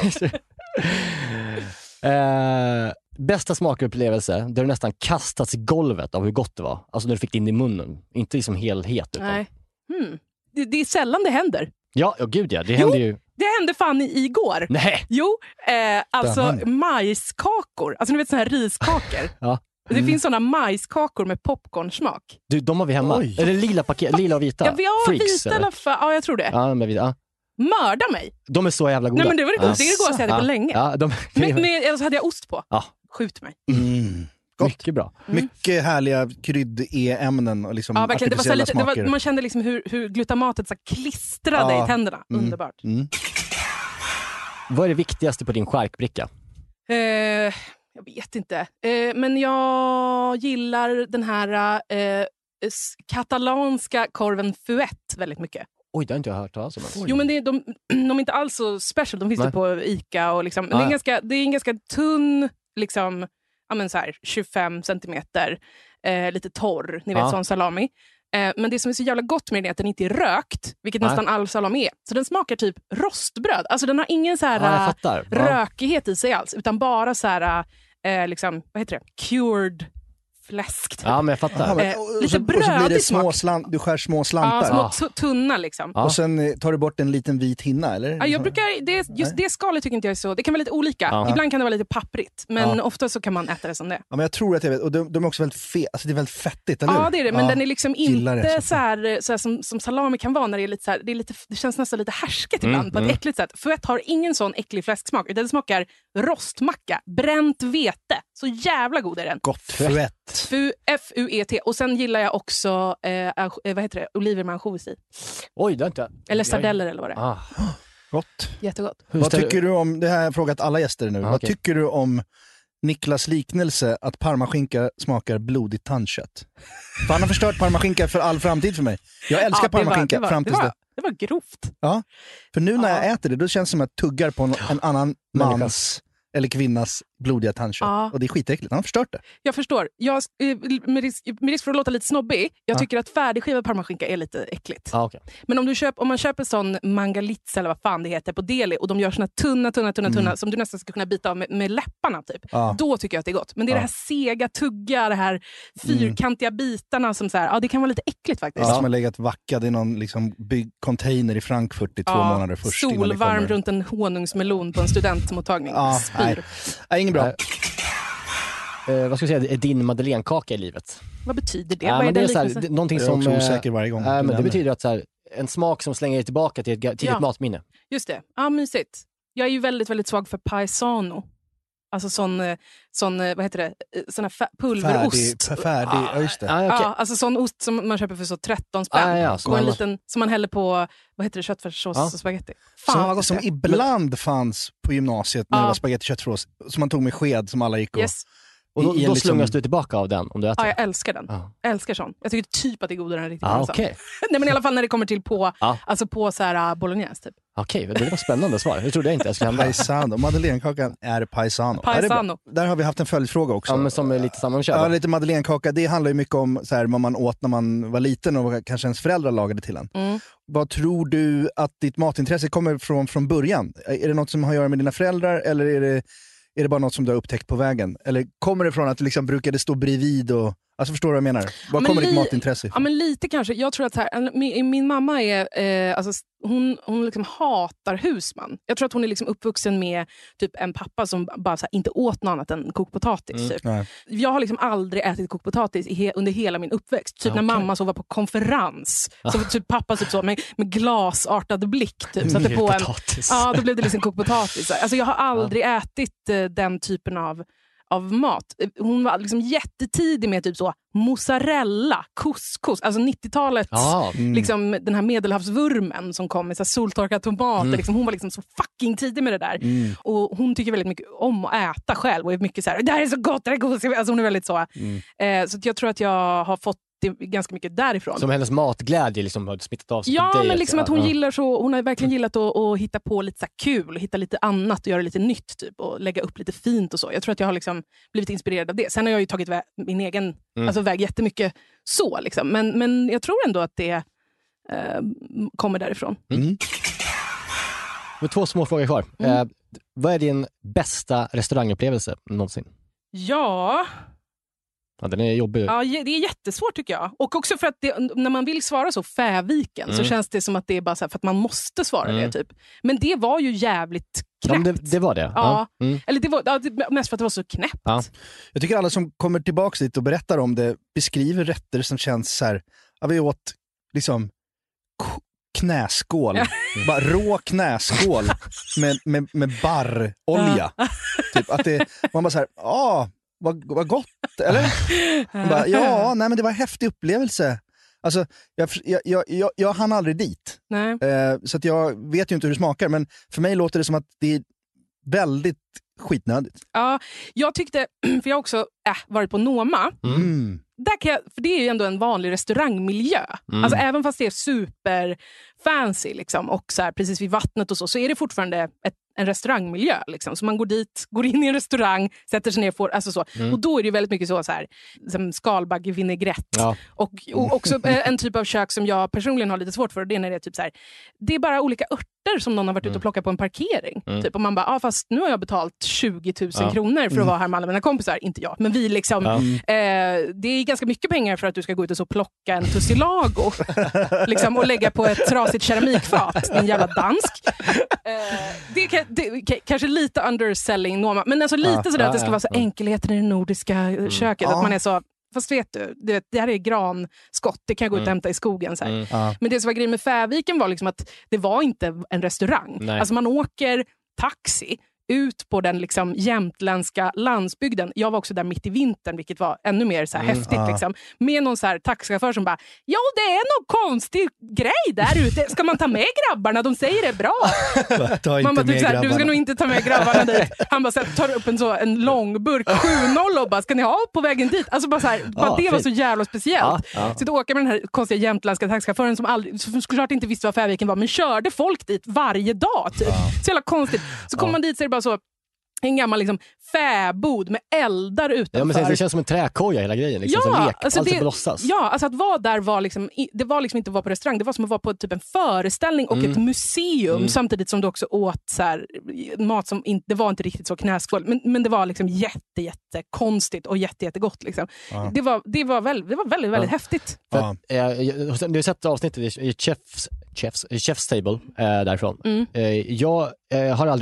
bästa smakupplevelse där du nästan kastats i golvet av hur gott det var. Alltså när du fick det in i munnen. Inte liksom helhet. Utan... Nej. Det är sällan det händer. Ja, gud ja. Det händer ju... Det hände fan igår. Nej. Jo, alltså majskakor. Alltså ni vet såna här riskakor. Ja. Det finns såna majskakor med popcornsmak. Du, de har vi hemma. Oj. Är det lila paket? Lila och vita? Ja, vi har Freaks, vita i alla fall. Ja, jag tror det. Ja, men vita. Mörda mig. De är så jävla goda. Nej, men det var det godaste. Det är det godaste jag hade på länge. Ja, men så hade jag ost på. Ja. Skjut mig. Mycket bra. Mycket härliga krydd-e-ämnen och liksom verkligen. artificiella smaker. Man kände liksom hur glutamatet så klistrade i tänderna. Underbart. Vad är det viktigaste på din charkbricka? Jag vet inte. Men jag gillar den här katalanska korven Fuet väldigt mycket. Oj, det har inte jag hört talas om. Jo, men de är inte alls så special. De finns ju på Ica. Och liksom, det är en ganska tunn, liksom, så här, 25 centimeter, lite torr, ni vet, sån salami. Men det som är så jävla gott med den är att den inte är rökt, vilket nästan all salami är. Så den smakar typ rostbröd. Alltså den har ingen så här rökighet i sig alls, utan bara så här, liksom, vad heter det? Cured fläsk. Typ. Ja, men jag fattar. Lite brödig smak. Du skär små slantar. Ja, små tunna liksom. Och sen tar du bort en liten vit hinna, eller? Ja, jag brukar, det skalet tycker inte jag är så. Det kan vara lite olika. Ibland kan det vara lite papprigt, men ofta så kan man äta det som det. Ja, men jag tror att jag vet. Och de är också väldigt alltså det är väldigt fettigt, eller hur? Ja, det är det. Men den är liksom inte så här som salami kan vara, när det är lite så här, det känns nästan lite härsket ibland på ett äckligt sätt. Fuet har ingen sån äcklig fläsksmak, utan det smakar rostmacka, bränt vete. Så jävla god är den. Gott fuet. F-U-E-T. Och sen gillar jag också vad heter det? Oliver med ansjovis i. Oj, det är inte... Eller sardeller eller vad det är. Gott. Jättegott. Vad tycker du om, det här har jag frågat alla gäster nu. Vad tycker du om Niklas liknelse att parmaskinka smakar blodigt tandkött? För han har förstört parmaskinka för all framtid för mig. Jag älskar parmaskinka fram tills det. Det var grovt. Ja, för nu när jag äter det, då känns det som att jag tuggar på en annan mans eller kvinnas blodiga tandkött. Och det är skitäckligt. Han har förstört det. Jag förstår. Med risk för att låta lite snobbig, jag tycker att färdigskivad parmaskinka är lite äckligt. Okay. Men om man köper sån mangalitz eller vad fan det heter på deli, och de gör såna tunna som du nästan ska kunna bita av med läpparna typ. Då tycker jag att det är gott. Men det är det här sega tugga, det här fyrkantiga bitarna som så här, det kan vara lite äckligt faktiskt. Som har legat vackad i någon liksom container i Frankfurt i 2 månader först. Solvarm runt en honungsmelon på en studentmottagning. Nej, ingen bra. vad ska jag säga, är din madeleinekaka i livet? Vad betyder det? Ja, Vad är det det så här, liknelse? någonting Jag är som, också osäker varje gång. men det betyder att så här, en smak som slänger dig tillbaka till ett tidigt matminne. Just det. Ja, mysigt. Jag är ju väldigt, väldigt svag för paisano. Alltså sån vad heter det? Sån här pulverost. Färdig, ja just det. Okay. Ja, alltså sån ost som man köper för så 13 spänn. Och en liten som man häller på, vad heter det, köttfärssås och spaghetti. Fan vad gott som det. ibland fanns på gymnasiet när det var spaghetti köttfärssås som man tog med sked som alla gick och... Yes. Och då slungas du tillbaka av den om du äter? Ja, jag älskar den. Jag älskar sån. Jag tycker typ att det är godare än riktigt. Okay. Nej, men i alla fall när det kommer till på, alltså på så här bolognese typ. Okej, det var spännande svar. Det trodde jag inte jag skulle hända. Paisano. Madeleinekakan är paisano. Där har vi haft en följdfråga också. Ja, men som är lite sammanköpt. Ja, lite madeleinekaka. Det handlar ju mycket om så här, vad man åt när man var liten och kanske ens föräldrar lagade till en. Vad tror du att ditt matintresse kommer från början? Är det något som har att göra med dina föräldrar eller är det bara något som du har upptäckt på vägen? Eller kommer det från att du liksom brukade stå bredvid och... Alltså förstår du vad jag menar? Var kommer ditt matintresse ifrån? Ja, men lite kanske. Jag tror att så här, min mamma är... alltså, hon liksom hatar husman. Jag tror att hon är liksom uppvuxen med typ en pappa som bara så här, inte åt något annat än kokpotatis. Typ. Jag har liksom aldrig ätit kokpotatis under hela min uppväxt. Typ när mamma så var på konferens. Så typ pappa typ så, med glasartad blick. Typ, satte på då blev det liksom kokpotatis. Alltså, jag har aldrig ätit den typen av mat. Hon var liksom jättetidig med typ så mozzarella, couscous, alltså 90-talet liksom den här medelhavsvurmen som kom med så soltorkade tomater, liksom, hon var liksom så fucking tidig med det där. Och hon tycker väldigt mycket om att äta själv och är mycket så här, det här är så gott, det här är gott. Alltså hon är väldigt så. Så jag tror att jag har fått det ganska mycket därifrån. Som hennes matglädje liksom har smittat av sig på dig. Ja, men liksom att hon gillar så, hon har verkligen gillat att hitta på lite så här kul, hitta lite annat och göra lite nytt typ och lägga upp lite fint och så. Jag tror att jag har liksom blivit inspirerad av det. Sen har jag ju tagit min egen alltså väg jättemycket så liksom. Men jag tror ändå att det kommer därifrån. Med 2 små frågor kvar. Vad är din bästa restaurangupplevelse någonsin? Ja, den är jobbig. Ja, det är jättesvårt tycker jag. Och också för att när man vill svara så Fäviken så känns det som att det är bara så här, för att man måste svara det typ. Men det var ju jävligt knäppt. Ja, det var det. Ja. Eller det var mest för att det var så knäppt. Ja. Jag tycker alla som kommer tillbaka dit och berättar om det beskriver rätter som känns så här, vi åt liksom knäskål. Bara rå knäskål med barrolja. Typ att man bara så här, vad gott, eller? Bara, nej men det var en häftig upplevelse. Alltså, jag hann aldrig dit. Nej. Så att jag vet ju inte hur det smakar, men för mig låter det som att det är väldigt skitnödigt. Ja, jag tyckte, för jag har också varit på Noma. Där för det är ju ändå en vanlig restaurangmiljö. Alltså även fast det är super fancy liksom, och så här, precis vid vattnet och så är det fortfarande en restaurangmiljö liksom. Så man går in i en restaurang, sätter sig ner och får, alltså så. Och då är det väldigt mycket så här som skalbagge vinägrett. Och också en typ av kök som jag personligen har lite svårt för, och det är när det är typ så här, det är bara olika örter som någon har varit ute och plockat på en parkering. Typ, och man bara, fast nu har jag betalt 20 000 kronor för att vara här med alla mina kompisar. Inte jag, men vi liksom. Det är ganska mycket pengar för att du ska gå ut och så plocka en tussilago liksom, och lägga på ett trasigt keramikfat. En jävla dansk. Det kanske lite underselling Noma, men alltså lite sådär att det ska vara så enkelheten i det nordiska köket. Att man är så, fast vet du, det här är granskott, det kan jag gå ut och hämta i skogen. Så här. Men det som var grejen med Fäviken var liksom att det var inte en restaurang. Nej. Alltså man åker taxi ut på den liksom jämtländska landsbygden. Jag var också där mitt i vintern, vilket var ännu mer så här häftigt. Liksom. Med någon så här taxichaufför som bara, ja det är någon konstig grej där ute. Ska man ta med grabbarna? De säger det är bra. Man bara typ såhär, du ska nog inte ta med grabbarna dit. Han bara så här, tar upp en lång burk 7-0 och bara, ska ni ha på vägen dit? Alltså bara så här, det var så jävla speciellt. Så att åka med den här konstiga jämtländska taxichauffören som såklart inte visste vad Fäviken var, men körde folk dit varje dag. Typ. Så jävla konstigt. Så kommer man dit så är det bara så en gammal liksom fäbod med eldar utanför. Ja, men det känns som en träkoja hela grejen. Liksom, som lek, alltså alltid på låtsas. Ja, alltså att vara där var liksom, det var liksom inte att vara på restaurang. Det var som att vara på typ en föreställning och ett museum samtidigt som du också åt så här, mat som det var inte riktigt så knäskål. Men det var liksom jättekonstigt och jättegott. Liksom. Det var väldigt häftigt. Du har sett avsnittet i Chef's Table därifrån. Jag har aldrig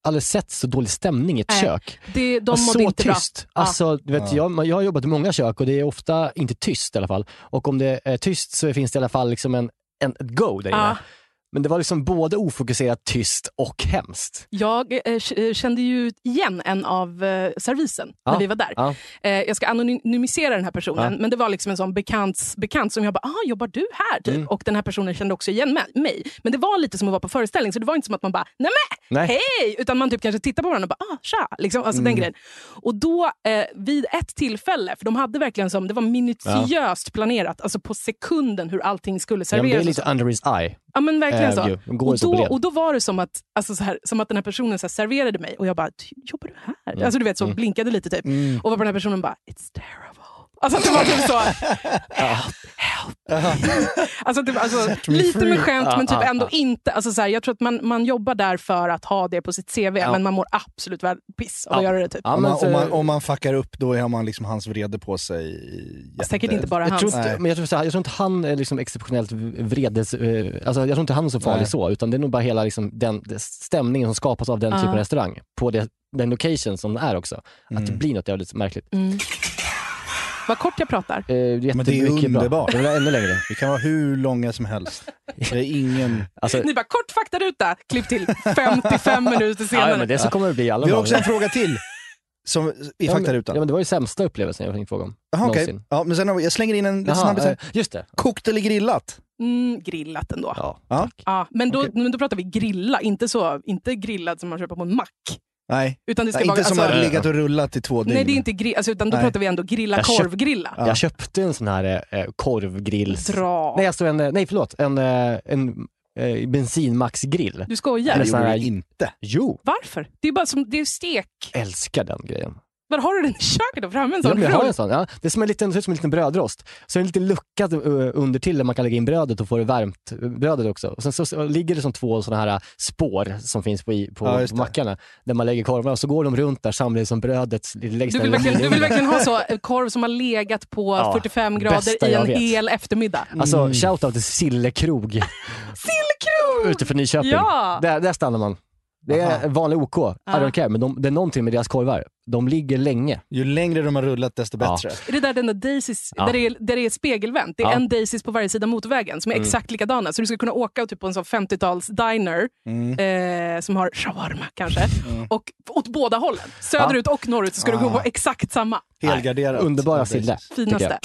aldrig sett så dålig stämning i ett kök. De mådde så inte tyst. bra. Alltså, du vet, jag har jobbat i många kök och det är ofta inte tyst i alla fall. Och om det är tyst så finns det i alla fall liksom ett go där inne. Men det var liksom både ofokuserat, tyst och hemskt. Jag kände ju igen en av servisen när vi var där. Jag ska anonymisera den här personen, men det var liksom en sån bekant som jag bara, jobbar du här? Typ. Och den här personen kände också igen mig. Men det var lite som att vara på föreställning, så det var inte som att man bara, nej. Hej! Utan man typ kanske tittar på varandra och bara, tja! Liksom, alltså den grejen. Och då vid ett tillfälle, för de hade verkligen det var minutiöst planerat, alltså på sekunden hur allting skulle serveras. Det är lite under his eye. Ja, men verkligen så. Och då var det som att, alltså som att den här personen så här serverade mig och jag bara, jobbar du här? Alltså du vet, så blinkade lite typ. Och var på den här personen bara, it's terrible. Alltså det var typ så, help. Alltså lite med skämt, men typ ändå inte. Alltså så här, jag tror att man jobbar där för att ha det på sitt CV, men man mår absolut väl piss av att göra det typ. Om man fuckar upp, då har man liksom hans vrede på sig. Säkert inte bara hans. Jag tror inte han är liksom exceptionellt vredes. Alltså jag tror inte han är så farlig så, utan det är nog bara hela liksom den stämningen som skapas av den typen av restaurang på den location som det är också. Att det blir något jävligt märkligt. Vad kort jag pratar. Men det är underbart. Det är ännu längre. Vi kan vara hur långa som helst. Det är ingen... Ni bara, kort faktaruta. Klipp till 55 minuter senare. Ja, men det så kommer det bli alla. Vi har också en fråga till. Som i faktarutan. Ja, men det var ju sämsta upplevelsen jag fick fråga om. Okej. Ja, men sen jag slänger in en snabb. Just det. Kokt eller grillat? Grillat ändå. Ja. Men då pratar vi grilla, inte grillad som man köper på en mack. Nej, utan det ska inte som har legat och rullat i 2 dygn. Nej, det är inte utan då pratar vi ändå korvgrilla. Jag köpte en sån här korvgrill. En bensinmaxgrill. Du skojar? Det gjorde du inte. Jo. Varför? Det är bara som, det är stek. Älskar den grejen. Var har du den i köket då? Framme en sån? Jag har en sån, ja. Det är som en liten brödrost. Så är det en liten lucka under till där man kan lägga in brödet och få det varmt brödet också. Och sen så ligger det som 2 såna här spår som finns på mackarna där man lägger korvarna och så går de runt där, samlar som brödet läggs. Du vill verkligen ha så korv som har legat på 45 grader i en hel eftermiddag. Alltså shoutout till Sillekrog. Sillekrog! Ute för Nyköping. Ja. Där stannar man. Det är vanlig OK, I don't care, men det är någonting med deras korvar. De ligger länge. Ju längre de har rullat, desto bättre. Är det där den där Daisys, där det är spegelvänt? Det är en Daisys på varje sida motorvägen som är exakt likadana. Så du ska kunna åka typ på en sån 50-tals diner som har shawarma kanske. Och åt båda hållen. Söderut och norrut så ska du gå på exakt samma. Helgarderat. Underbara Sille. Finaste.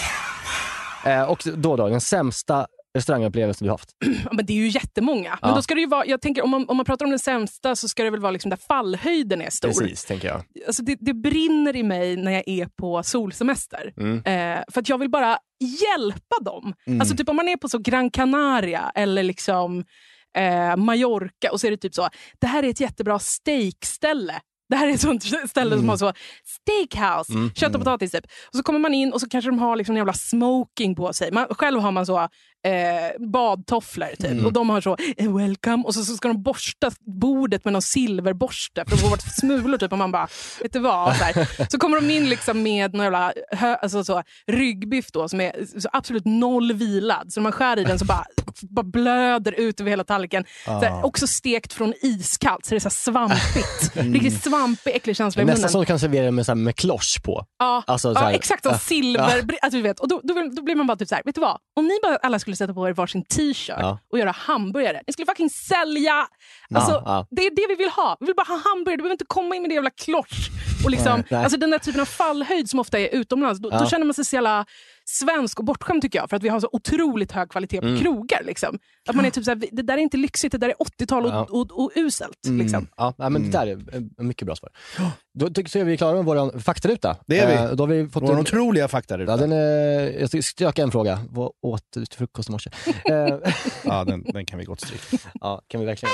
Och då den sämsta restaurangupplevelsen du haft? Men det är ju jättemånga. Men då ska det ju vara, jag tänker om man pratar om den sämsta så ska det väl vara liksom där fallhöjden är stor. Precis, tänker jag. Alltså det brinner i mig när jag är på solsemester. För att jag vill bara hjälpa dem. Alltså typ om man är på så Gran Canaria eller liksom Mallorca och så är det typ så, det här är ett jättebra steakställe. Det här är ett sånt ställe som har så steakhouse, kött och potatis typ. Och så kommer man in och så kanske de har liksom en jävla smoking på sig. Själv har man så badtofflor typ. Och de har så welcome. Och så ska de borsta bordet med någon silverborste för att få bort smulor typ. Och man bara, vet du vad? Så kommer de in liksom med någon jävla ryggbiff då som är så absolut noll vilad. Så när man skär i den så bara blöder ut över hela tallriken. Också stekt från iskallt. Så det är så här svampigt. Riktigt svampig, äcklig känsla i munnen. Nästan som du kan servera med klosch på. Ja, alltså, så här, exakt som silver. Alltså, du vet. Och då blir man bara typ så här, vet du vad? Om ni bara alla skulle sätta på er varsin t-shirt och göra hamburgare. Ni skulle fucking sälja. Alltså, det är det vi vill ha. Vi vill bara ha hamburgare. Du behöver inte komma in med det jävla klosch. Och liksom, alltså den där typen av fallhöjd som ofta är utomlands. Då känner man sig så jävla svensk och bortskämd tycker jag. För att vi har så otroligt hög kvalitet på krogar. Liksom. Att man är typ så här, det där är inte lyxigt. Det där är 80-tal och uselt. Liksom. Ja, men det där är mycket bra svar. Då tycker jag vi är klara med vår faktaruta. Det är vi. Då har vi fått vår otroliga faktaruta. Ja, jag ska stryka en fråga. Vad åt du till frukost i morse? Ja, den kan vi gott stryka. Ja, kan vi verkligen.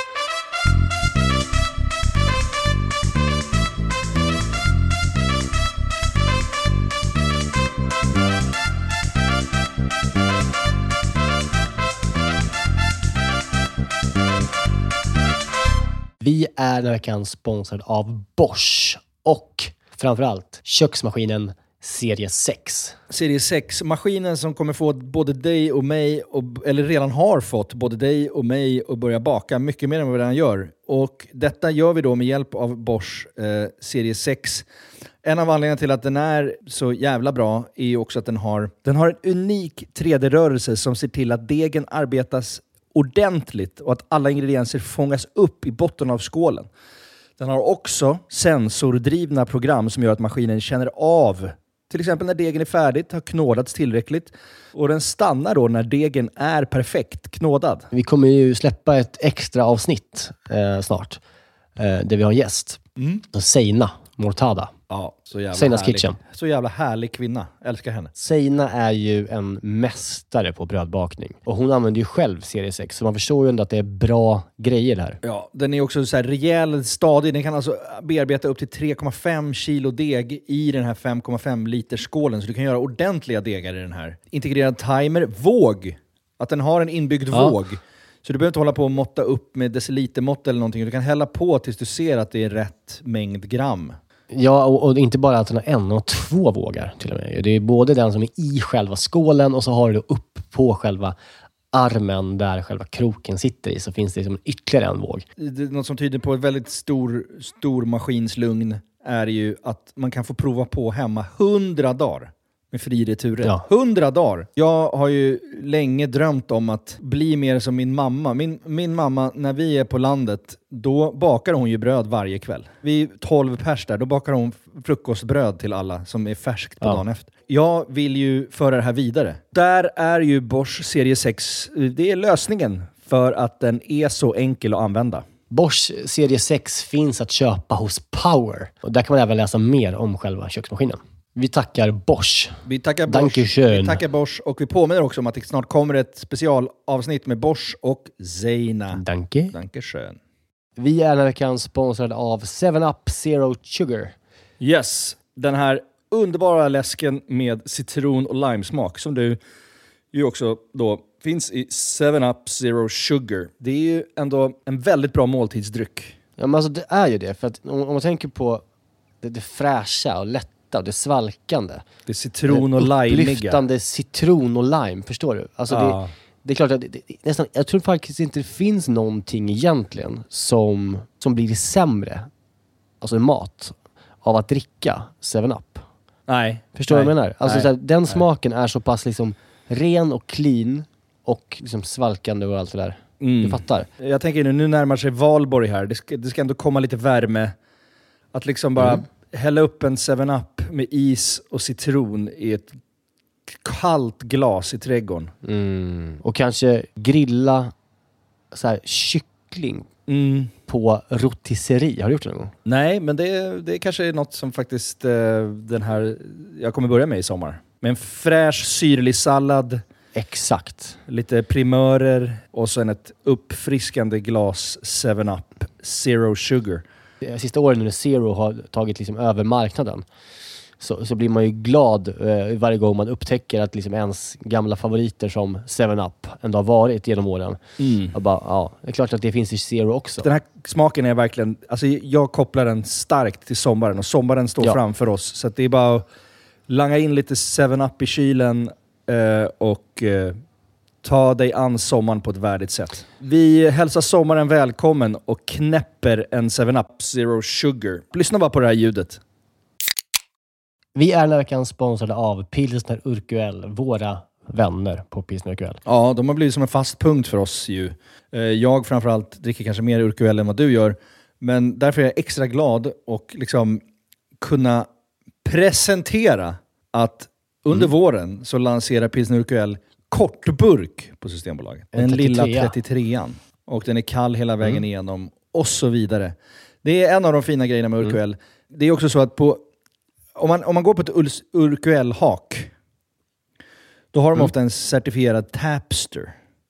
Vi är den här veckan sponsrad av Bosch och framförallt köksmaskinen serie 6. Serie 6, maskinen som kommer få både dig och mig, eller redan har fått både dig och mig att börja baka mycket mer än vad vi redan gör. Och detta gör vi då med hjälp av Bosch serie 6. En av anledningarna till att den är så jävla bra är ju också att den har en unik 3D-rörelse som ser till att degen arbetas ordentligt och att alla ingredienser fångas upp i botten av skålen. Den har också sensordrivna program som gör att maskinen känner av till exempel när degen är färdigt, har knådats tillräckligt. Och den stannar då när degen är perfekt knådad. Vi kommer ju släppa ett extra avsnitt snart. Där vi har en gäst. Seina Mortada. Ja, så jävla Seinas härlig. Kitchen. Så jävla härlig kvinna. Älskar henne. Seina är ju en mästare på brödbakning. Och hon använder ju själv serie 6. Så man förstår ju ändå att det är bra grejer där. Ja, den är också så här rejäl, stadig. Den kan alltså bearbeta upp till 3,5 kilo deg i den här 5,5 liters skålen. Så du kan göra ordentliga degar i den här. Integrerad timer. Våg. Att den har en inbyggd våg. Så du behöver inte hålla på och måtta upp med decilitermått eller någonting. Du kan hälla på tills du ser att det är rätt mängd gram. Ja, och inte bara att den har en och 2 vågar till och med. Det är både den som är i själva skålen och så har du upp på själva armen där själva kroken sitter i, så finns det liksom ytterligare en våg. Något som tyder på ett väldigt stor maskinslugn är ju att man kan få prova på hemma 100 dagar med fri retur. Ja. 100 dagar! Jag har ju länge drömt om att bli mer som min mamma. Min mamma, när vi är på landet, då bakar hon ju bröd varje kväll. Vi är 12 pers där, då bakar hon frukostbröd till alla som är färskt på dagen efter. Jag vill ju föra det här vidare. Där är ju Bosch serie 6, det är lösningen för att den är så enkel att använda. Bosch serie 6 finns att köpa hos Power. Och där kan man även läsa mer om själva köksmaskinen. Vi tackar Bosch. Vi tackar Bosch. Dankeschön. Vi tackar Bosch och vi påminner också om att det snart kommer ett specialavsnitt med Bosch och Seina. Danke. Dankeschön. Vi är den här veckan sponsrade av 7up Zero Sugar. Yes, den här underbara läsken med citron och limesmak som du ju också då finns i 7up Zero Sugar. Det är ju ändå en väldigt bra måltidsdryck. Ja, men alltså det är ju det. För att om man tänker på det fräscha och lätta och det svalkande. Det är citron och lime. Upplyftande citron och lime, förstår du? Alltså det är klart att nästan, jag tror faktiskt inte det finns någonting egentligen som blir sämre, alltså mat, av att dricka 7up. Nej. Förstår du vad jag menar? Alltså så här, den nej. smaken är så pass liksom ren och clean och liksom svalkande och allt det där. Du fattar? Jag tänker nu närmar sig Valborg här. Det ska ändå komma lite värme. Att liksom bara hälla upp en 7up med is och citron i ett kallt glas i trädgården. Och kanske grilla så här kyckling på rotisserie. Har du gjort det någon gång? Nej, men det kanske är något som faktiskt den här jag kommer börja med i sommar. Med en fräsch syrlig sallad. Exakt. Lite primörer och sen ett uppfriskande glas 7up Zero Sugar. Sista åren när Zero har tagit liksom över marknaden så blir man ju glad varje gång man upptäcker att liksom ens gamla favoriter som 7up ändå har varit genom åren. Och bara, det är klart att det finns i Zero också. Den här smaken är verkligen, alltså jag kopplar den starkt till sommaren och sommaren står framför oss. Så att det är bara att langa in lite 7up i kylen och ta dig an sommaren på ett värdigt sätt. Vi hälsar sommaren välkommen och knäpper en 7up Zero Sugar. Lyssna bara på det här ljudet. Vi är den här veckan sponsrade av Pilsner Urquell, våra vänner på Pilsner Urquell. Ja, de har blivit som en fast punkt för oss ju. Jag framförallt dricker kanske mer Urquell än vad du gör. Men därför är jag extra glad och liksom kunna presentera att under våren så lanserar Pilsner Urquell kortburk på Systembolaget. Den lilla 33an. Och den är kall hela vägen igenom och så vidare. Det är en av de fina grejerna med Urquell. Det är också så att om man går på ett Urquell-hak då har de ofta en certifierad tapster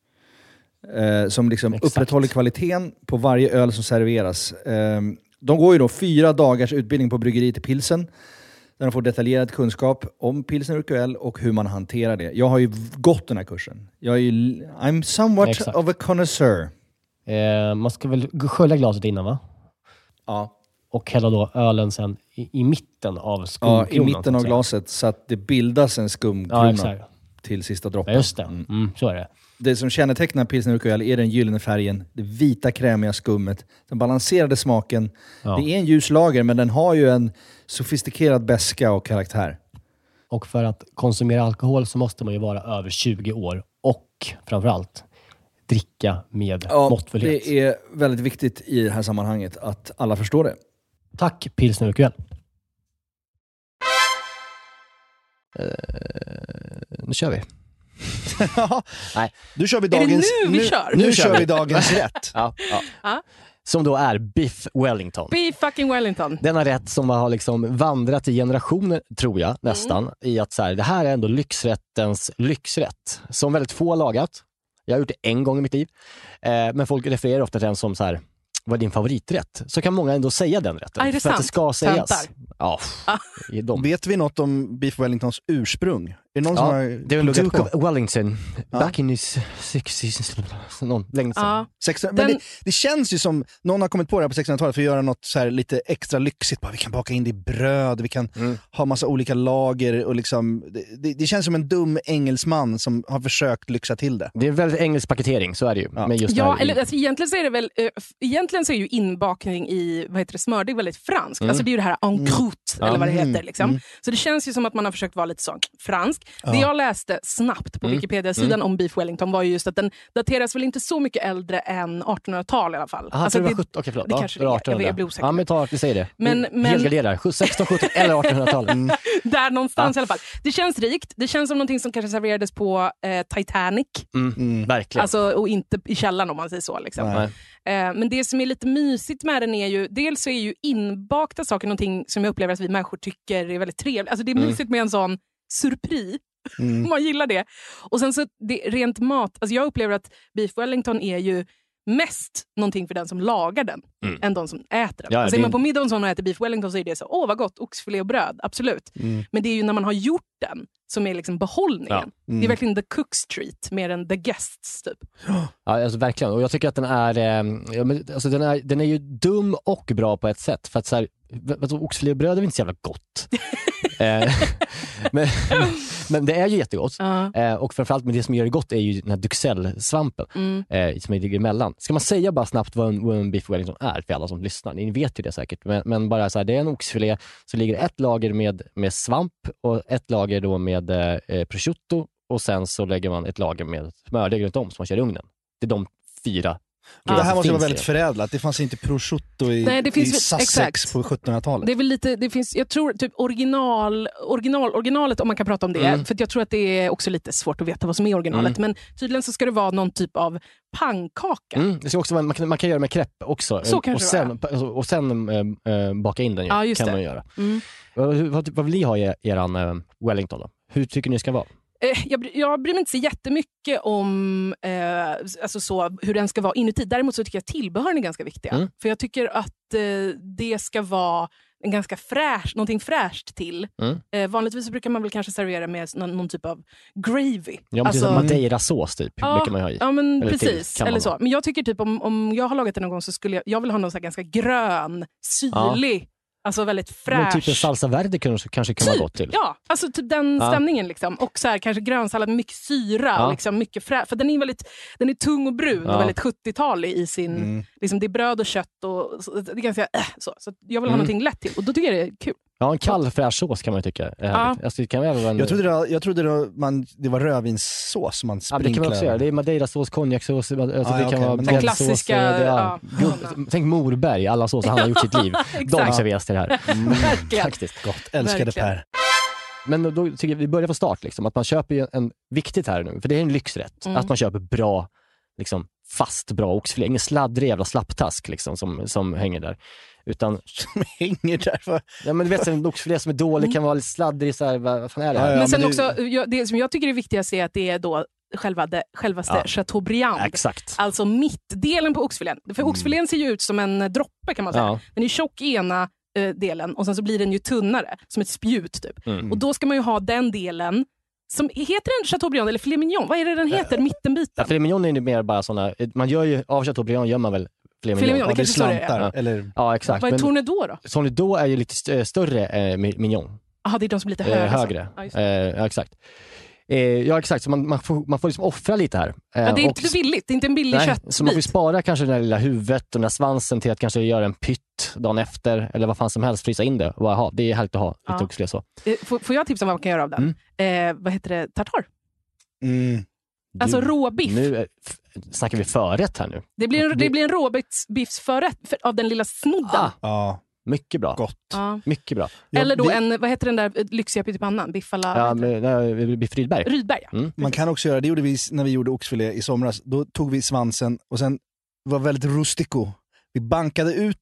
som liksom upprätthåller kvaliteten på varje öl som serveras. De går ju då 4 dagars utbildning på bryggeriet i Pilsen där de får detaljerad kunskap om Pilsner Urquell och hur man hanterar det. Jag har ju gått den här kursen. I'm somewhat of a connoisseur. Man ska väl skölja glaset innan, va? Ja. Och hälla då ölen sen i mitten av skumkronan. Ja, i mitten av glaset så att det bildas en skumkrona till sista droppen. Ja, just det. Så är det. Det som kännetecknar pilsner urquell öl är den gyllene färgen, det vita krämiga skummet, den balanserade smaken. Ja. Det är en ljus lager, men den har ju en sofistikerad beska och karaktär. Och för att konsumera alkohol så måste man ju vara över 20 år och framförallt dricka med måttfullhet. Det är väldigt viktigt i det här sammanhanget att alla förstår det. Tack pilsner urquell. Nu kör vi. Nej. Nu kör vi dagens... Nu kör vi dagens rätt. Ja. Som då är Beef Wellington. Beef fucking Wellington. Denna rätt som har liksom vandrat i generationer, tror jag, nästan. I att så här, det här är ändå lyxrättens lyxrätt. Som väldigt få har lagat. Jag har gjort det en gång i mitt liv. Men folk refererar ofta till den som så här, vad är din favoriträtt? Så kan många ändå säga den rätten. Är det för sant? att det ska sägas. Ja. Vet vi något om Beef Wellingtons ursprung? Är det någon som har det är en Duke of Wellington. Back in his 60s. Länge sedan. Men det känns ju som någon har kommit på det här på 1600-talet för att göra något så här lite extra lyxigt. Vi kan baka in det i bröd, vi kan ha massa olika lager och liksom, det känns som en dum engelsman som har försökt lyxa till det. Det är en väldigt engelsk paketering, så är det ju. Med just egentligen så är det väl egentligen så är ju inbakning i smördeg väldigt franskt. Alltså det är ju det här en croûte eller vad det heter liksom. Så det känns ju som att man har försökt vara lite så fransk. Det jag läste snabbt på Wikipedia-sidan om Beef Wellington var ju just att den dateras väl inte så mycket äldre än 1800-tal i alla fall. Aha, alltså det var 17, okej, det kanske det är. Jag blir osäker. Ja, men vi säger det. Men helgarderar. 16, 17 eller 1800-tal. Där någonstans i alla fall. Det känns rikt. Det känns som någonting som kanske serverades på Titanic. Verkligen. Alltså, och inte i källaren om man säger så. Liksom. Men det som är lite mysigt med den är ju, dels så är ju inbakta saker någonting som jag upplever att vi människor tycker är väldigt trevligt. Alltså det är mysigt med en sån surpris. Man gillar det. Och sen så det, rent mat, alltså jag upplever att Beef Wellington är ju mest någonting för den som lagar den än de som äter den. Alltså är man på middag och äter Beef Wellington så är det så, vad gott, oxfilé och bröd, absolut. Men det är ju när man har gjort den som är liksom behållningen. Det är verkligen the cook's treat mer än the guests typ. Ja, alltså verkligen. Och jag tycker att den är ju dum och bra på ett sätt. För att så här, oxfilé och bröd är inte så jävla gott. men det är ju jättegott. Och framförallt med det som gör det gott är ju den här duxellsvampen som ligger emellan. Ska man säga bara snabbt vad en Beef Wellington är för alla som lyssnar? Ni vet ju det säkert. Men bara så här, det är en oxfilé, så ligger ett lager med svamp och ett lager då med prosciutto och sen så lägger man ett lager med smördeg runt om som man kör i ugnen. Det är de 4. Det här måste vara väldigt förädlat. Det fanns inte prosciutto i Sussex på 1700-talet. Det är väl lite, det finns, jag tror typ originalet om man kan prata om det. För att jag tror att det är också lite svårt att veta vad som är originalet. Men tydligen så ska det vara någon typ av pannkaka. Det ska också vara, man kan göra med crepe också. Så kan och sen baka in den kan man göra. Vad vill ni ha i eran Wellington då? Hur tycker ni det ska vara? Jag bryr mig inte så jättemycket om alltså så, hur den ska vara inuti. Däremot så tycker jag att tillbehören är ganska viktiga. För jag tycker att det ska vara en ganska någonting fräscht till. Vanligtvis så brukar man väl kanske servera med någon typ av gravy. Ja, men alltså, Madeira-sås typ. Brukar man ha i. Ja, men eller precis. Eller så. Men jag tycker typ om jag har lagat det någon gång så skulle jag vill ha någon så här ganska grön, syrlig. Alltså väldigt fräsch. Men typ en salsa verde kanske kan vara gott till. Ja, alltså typ den stämningen liksom. Och så här, kanske grönsallad med mycket syra och liksom mycket fräsch. För den är tung och brun och väldigt 70-talig i sin liksom, det är bröd och kött och så, det kan jag säga så jag vill ha någonting lätt till och då tycker jag det är kul. Ja, en kall fräsch sås kan man ju tycka är härligt. Alltså, det kan jag trodde det var rödvinssås som man sprinklar. Ja, det kan man också göra. Det är Madeira-sås, konjaksås, alltså, det kan vara den klassiska. Tänk Morberg, alla såser han har gjort sitt liv. De serveras till det här. Faktiskt gott. Älskade Per. Men då tycker jag vi börjar från start liksom, att man köper en viktigt här nu, för det är en lyxrätt. Att man köper bra liksom fast bra oxfilé, ingen sladdrig jävla slapptask liksom som hänger där. Utan som hänger där. Ja, men du vet, en oxfilé som är dålig kan vara lite sladdrig så här, vad fan är det här? Men sen också, det som jag tycker är viktigast är att det är då självaste Chateaubriand. Exakt. Alltså mittdelen på oxfilén. För oxfilén ser ju ut som en droppe kan man säga. Den är tjock i ena delen och sen så blir den ju tunnare, som ett spjut typ. Och då ska man ju ha den delen som heter den Chateaubriand eller filet mignon. Vad är det den heter? Mittenbiten. Ja, filet mignon är ju mer bara såna, man gör ju av Chateaubriand gör man väl filet mignon. Det kanske slantar. Ja. Eller... Ja, exakt. Vad är tournedos då? Tournedos är ju lite större mignon. Jaha, det är de som är lite högre. Ja, exakt. Ja, exakt. Så man får liksom offra lite här. Det är inte billigt. Det är inte en billig köttbit. Så man får spara kanske det där lilla huvudet och den där svansen till att kanske göra en pytt dagen efter. Eller vad fan som helst. Frysa in det. Och bara, det är härligt att ha lite oxfilé så. Får jag tipsa om vad man kan göra av den? Vad heter det? Tartar? Alltså råbiff. Nu snackar vi förrätt här nu. Det blir en råbiffsförrätt av den lilla snodden. Ja. Mycket bra. Gott. Mycket bra. Eller då vad heter den där lyxiga pyttipannan? Biff Rydberg. Rydberg, ja. Man kan också göra, det gjorde vi när vi gjorde oxfilé i somras. Då tog vi svansen och sen var väldigt rustico. Vi bankade ut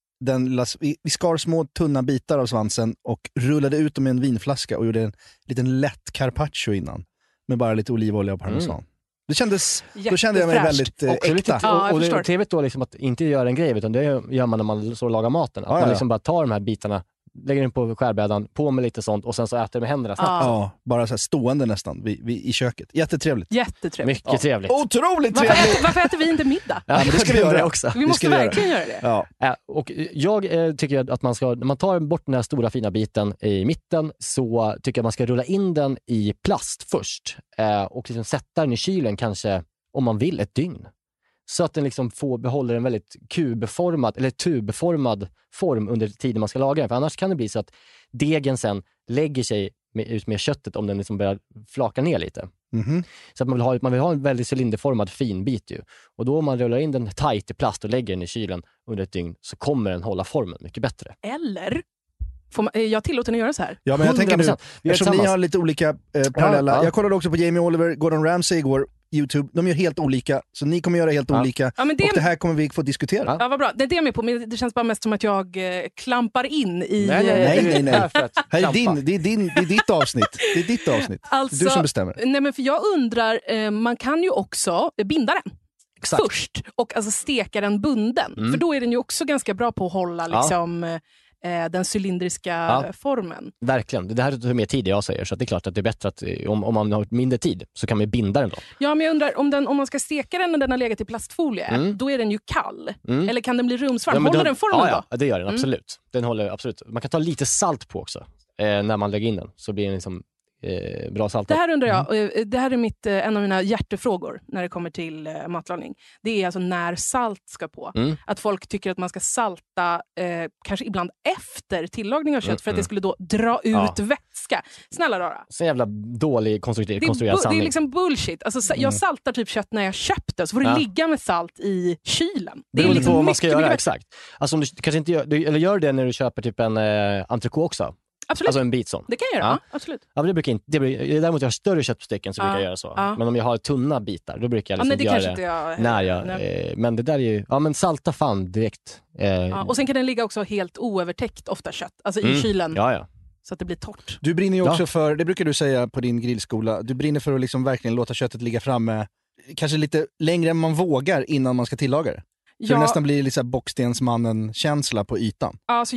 vi skar små tunna bitar av svansen och rullade ut dem i en vinflaska och gjorde en liten lätt carpaccio innan. Med bara lite olivolja och parmesan. Det kändes, då kände jag mig väldigt äkta. Och det är trevligt då liksom att inte göra en grej, utan det gör man när man så lagar maten. Att man liksom bara tar de här bitarna, lägger den på skärbrädan, på med lite sånt och sen så äter det med händerna snabbt. Ja, bara så här stående nästan i köket. Jättetrevligt. Mycket trevligt. Otroligt trevligt! Varför äter vi inte middag? Ja, men det ska vi göra också. Vi måste verkligen göra det. Ja. Och jag tycker att när man tar bort den här stora fina biten i mitten, så tycker jag man ska rulla in den i plast först. Och liksom sätta den i kylen kanske, om man vill, ett dygn. Så att den liksom behåller en väldigt kubformad eller tubformad form under tiden man ska laga den. För annars kan det bli så att degen sen lägger sig ut med köttet om den liksom börjar flaka ner lite. Så att man vill ha en väldigt cylinderformad fin bit ju. Och då om man rullar in den tight i plast och lägger den i kylen under ett dygn, så kommer den hålla formen mycket bättre. Eller jag tillåter den att göra så här. Ja, men jag tänker nu, eftersom ni har lite olika parallella. Ja. Jag kollade också på Jamie Oliver, Gordon Ramsay igår, YouTube. De gör helt olika, så ni kommer göra helt olika. Ja, men och det här kommer vi få diskutera. Ja, vad bra. Det är det jag med på, men det känns bara mest som att jag klampar in i... Nej. Det är ditt avsnitt. Det är ditt avsnitt. Alltså, det är du som bestämmer. Nej, men för jag undrar, man kan ju också binda den. Exakt. Först och alltså steka den bunden. För då är den ju också ganska bra på att hålla liksom... den cylindriska formen. Verkligen. Det här är mer tid jag säger, så det är klart att det är bättre att om man har mindre tid så kan man binda den då. Ja, men jag undrar om man ska steka den när den har legat i plastfolie, då är den ju kall. Eller kan den bli rumsvarm? Håller den formen då? Ja, det gör den absolut. Den håller absolut. Man kan ta lite salt på också när man lägger in den, så blir den liksom bra salt. Det här undrar jag, det här är en av mina hjärtefrågor när det kommer till matlagning. Det är alltså när salt ska på. Att folk tycker att man ska salta kanske ibland efter tillagning av kött för att det skulle då dra ut vätska. Snälla rara. Så jävla dålig konstruerad sanning. Det är liksom bullshit. Alltså, jag saltar typ kött när jag köpte, så får det ligga med salt i kylen. Det är liksom på vad man ska göra, mycket exakt. Alltså om du kanske inte gör det när du köper typ en entrecote också. Absolut. Alltså en bit sån. Det kan jag göra, absolut. Ja, men det brukar inte, däremot jag har större köttstycken så brukar jag göra så. Men om jag har tunna bitar, då brukar jag liksom göra det när jag... men det där är ju... Ja, men salta fan direkt. Och sen kan den ligga också helt oövertäckt, ofta kött. Alltså i kylen. Ja. Så att det blir torrt. Du brinner ju också för, det brukar du säga på din grillskola, du brinner för att liksom verkligen låta köttet ligga framme kanske lite längre än man vågar innan man ska tillaga det. Så det nästan blir lite bockstensmannen-känsla på ytan. Alltså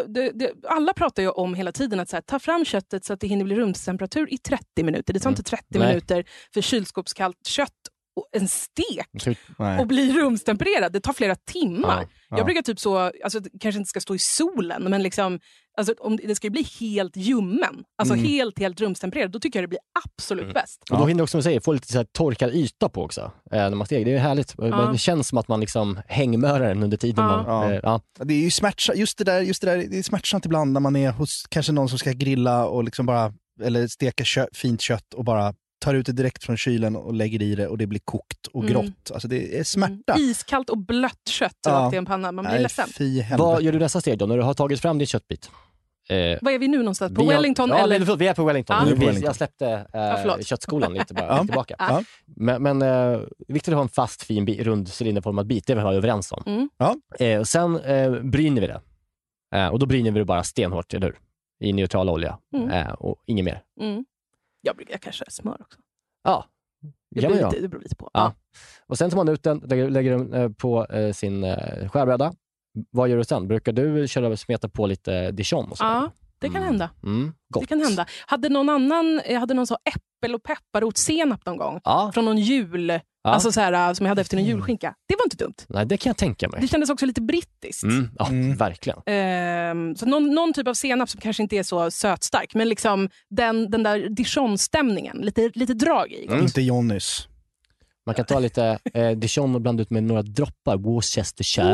alla pratar ju om hela tiden att så här, ta fram köttet så att det hinner bli rumstemperatur i 30 minuter. Det tar inte 30 minuter för kylskåpskallt kött och en stek och bli rumstempererad. Det tar flera timmar. Jag brukar typ så, alltså kanske inte ska stå i solen, men liksom, alltså, om det ska bli helt ljummen, alltså helt rumstempererad, då tycker jag det blir absolut bäst. Och då hinner också, som jag säger, få lite så här torkad yta på också när man steker. Det är härligt. Det känns som att man liksom hängmörar den under tiden. Det är ju smärtsamt, just det där, det är smärtsamt ibland när man är hos kanske någon som ska grilla och liksom bara, eller steka fint kött och bara tar ut det direkt från kylen och lägger i det och det blir kokt och grått. Alltså det är smärta. Iskallt och blött kött rakt i en panna. Man blir ledsen. Vad gör du nästa steg då när du har tagit fram din köttbit? Vad är vi nu någonstans? På Wellington? Eller? Vi är på Wellington. Jag släppte köttskolan lite bara tillbaka. Men viktigt att ha en fast, fin, rund, cylinderformad bit. Det är vi överens om. Sen bryner vi det. Och då bryner vi det bara stenhårt, eller hur? I neutral olja. Och inget mer. Jag brukar kanske smör också. Ja. Det beror lite på. Och sen tar man ut den, lägger den på sin skärbräda. Vad gör du sen? Brukar du köra och smeta på lite dijon och så? Ja, Det kan hända. Gott. Det kan hända. Hade någon så äppel- och pepparrotssenap någon gång? Ja. Från någon jul, alltså så här, som jag hade efter en julskinka. Det var inte dumt. Nej, det kan jag tänka mig. Det kändes också lite brittiskt. Verkligen. Så någon typ av senap som kanske inte är så sötstark, men liksom den där Dijon-stämningen, lite drag i. Inte Johnnys. Man kan ta lite Dijon och blanda ut med några droppar Worcestershire.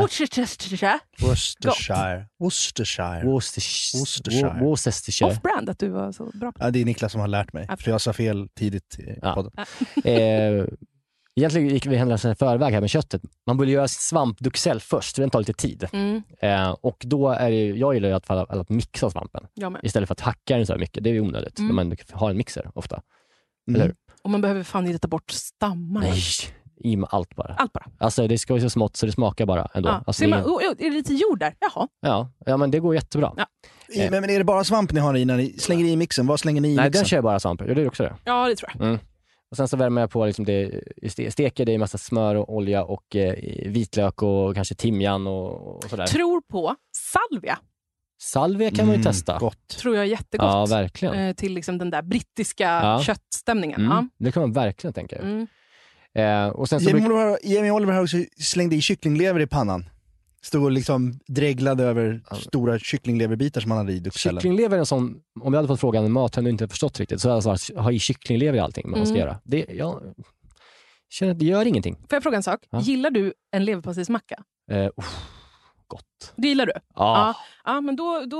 Off-brand att du var så bra på. Ja, det är Niklas som har lärt mig. För jag sa fel tidigt i podden. Egentligen gick vi händelsen i förväg här med köttet. Man borde göra svampduxell först, för den tar lite tid. Och då är det, jag gillar i alla fall att mixa svampen. Istället för att hacka den så här mycket. Det är ju onödigt när man har en mixer ofta. Eller hur? Och man behöver fan inte ta bort stammar. Nej, i med allt bara. Allt bara. Alltså det ska ju så smått så det smakar bara ändå. Ja. Alltså, är det lite jord där? Jaha. Ja, men det går jättebra. Ja. Men är det bara svamp ni har i när ni slänger i mixen? Vad slänger ni i mixen? Nej, den kör bara svamp. Gör det också det? Ja, det tror jag. Och sen så värmer jag på liksom det, steker det i massa smör och olja och vitlök och kanske timjan och sådär. Tror på salvia. Salvia kan man ju testa. Gott. Tror jag är jättegott. Ja, verkligen. Till liksom den där brittiska köttstämningen. Det kan man verkligen tänka. Och sen så Jamie Oliver har också slängde i kycklinglever i pannan. Stod och liksom dreglade över stora kycklingleverbitar som man hade i duxellen. Kycklinglever är en sån, om jag hade fått frågan om mat hade jag inte förstått riktigt, så hade jag sagt, ha i kycklinglever i allting man ska göra. Jag känner att det gör ingenting. Får jag fråga en sak? Gillar du en leverpastejsmacka? Gott. Det gillar du? Ja. Ja, men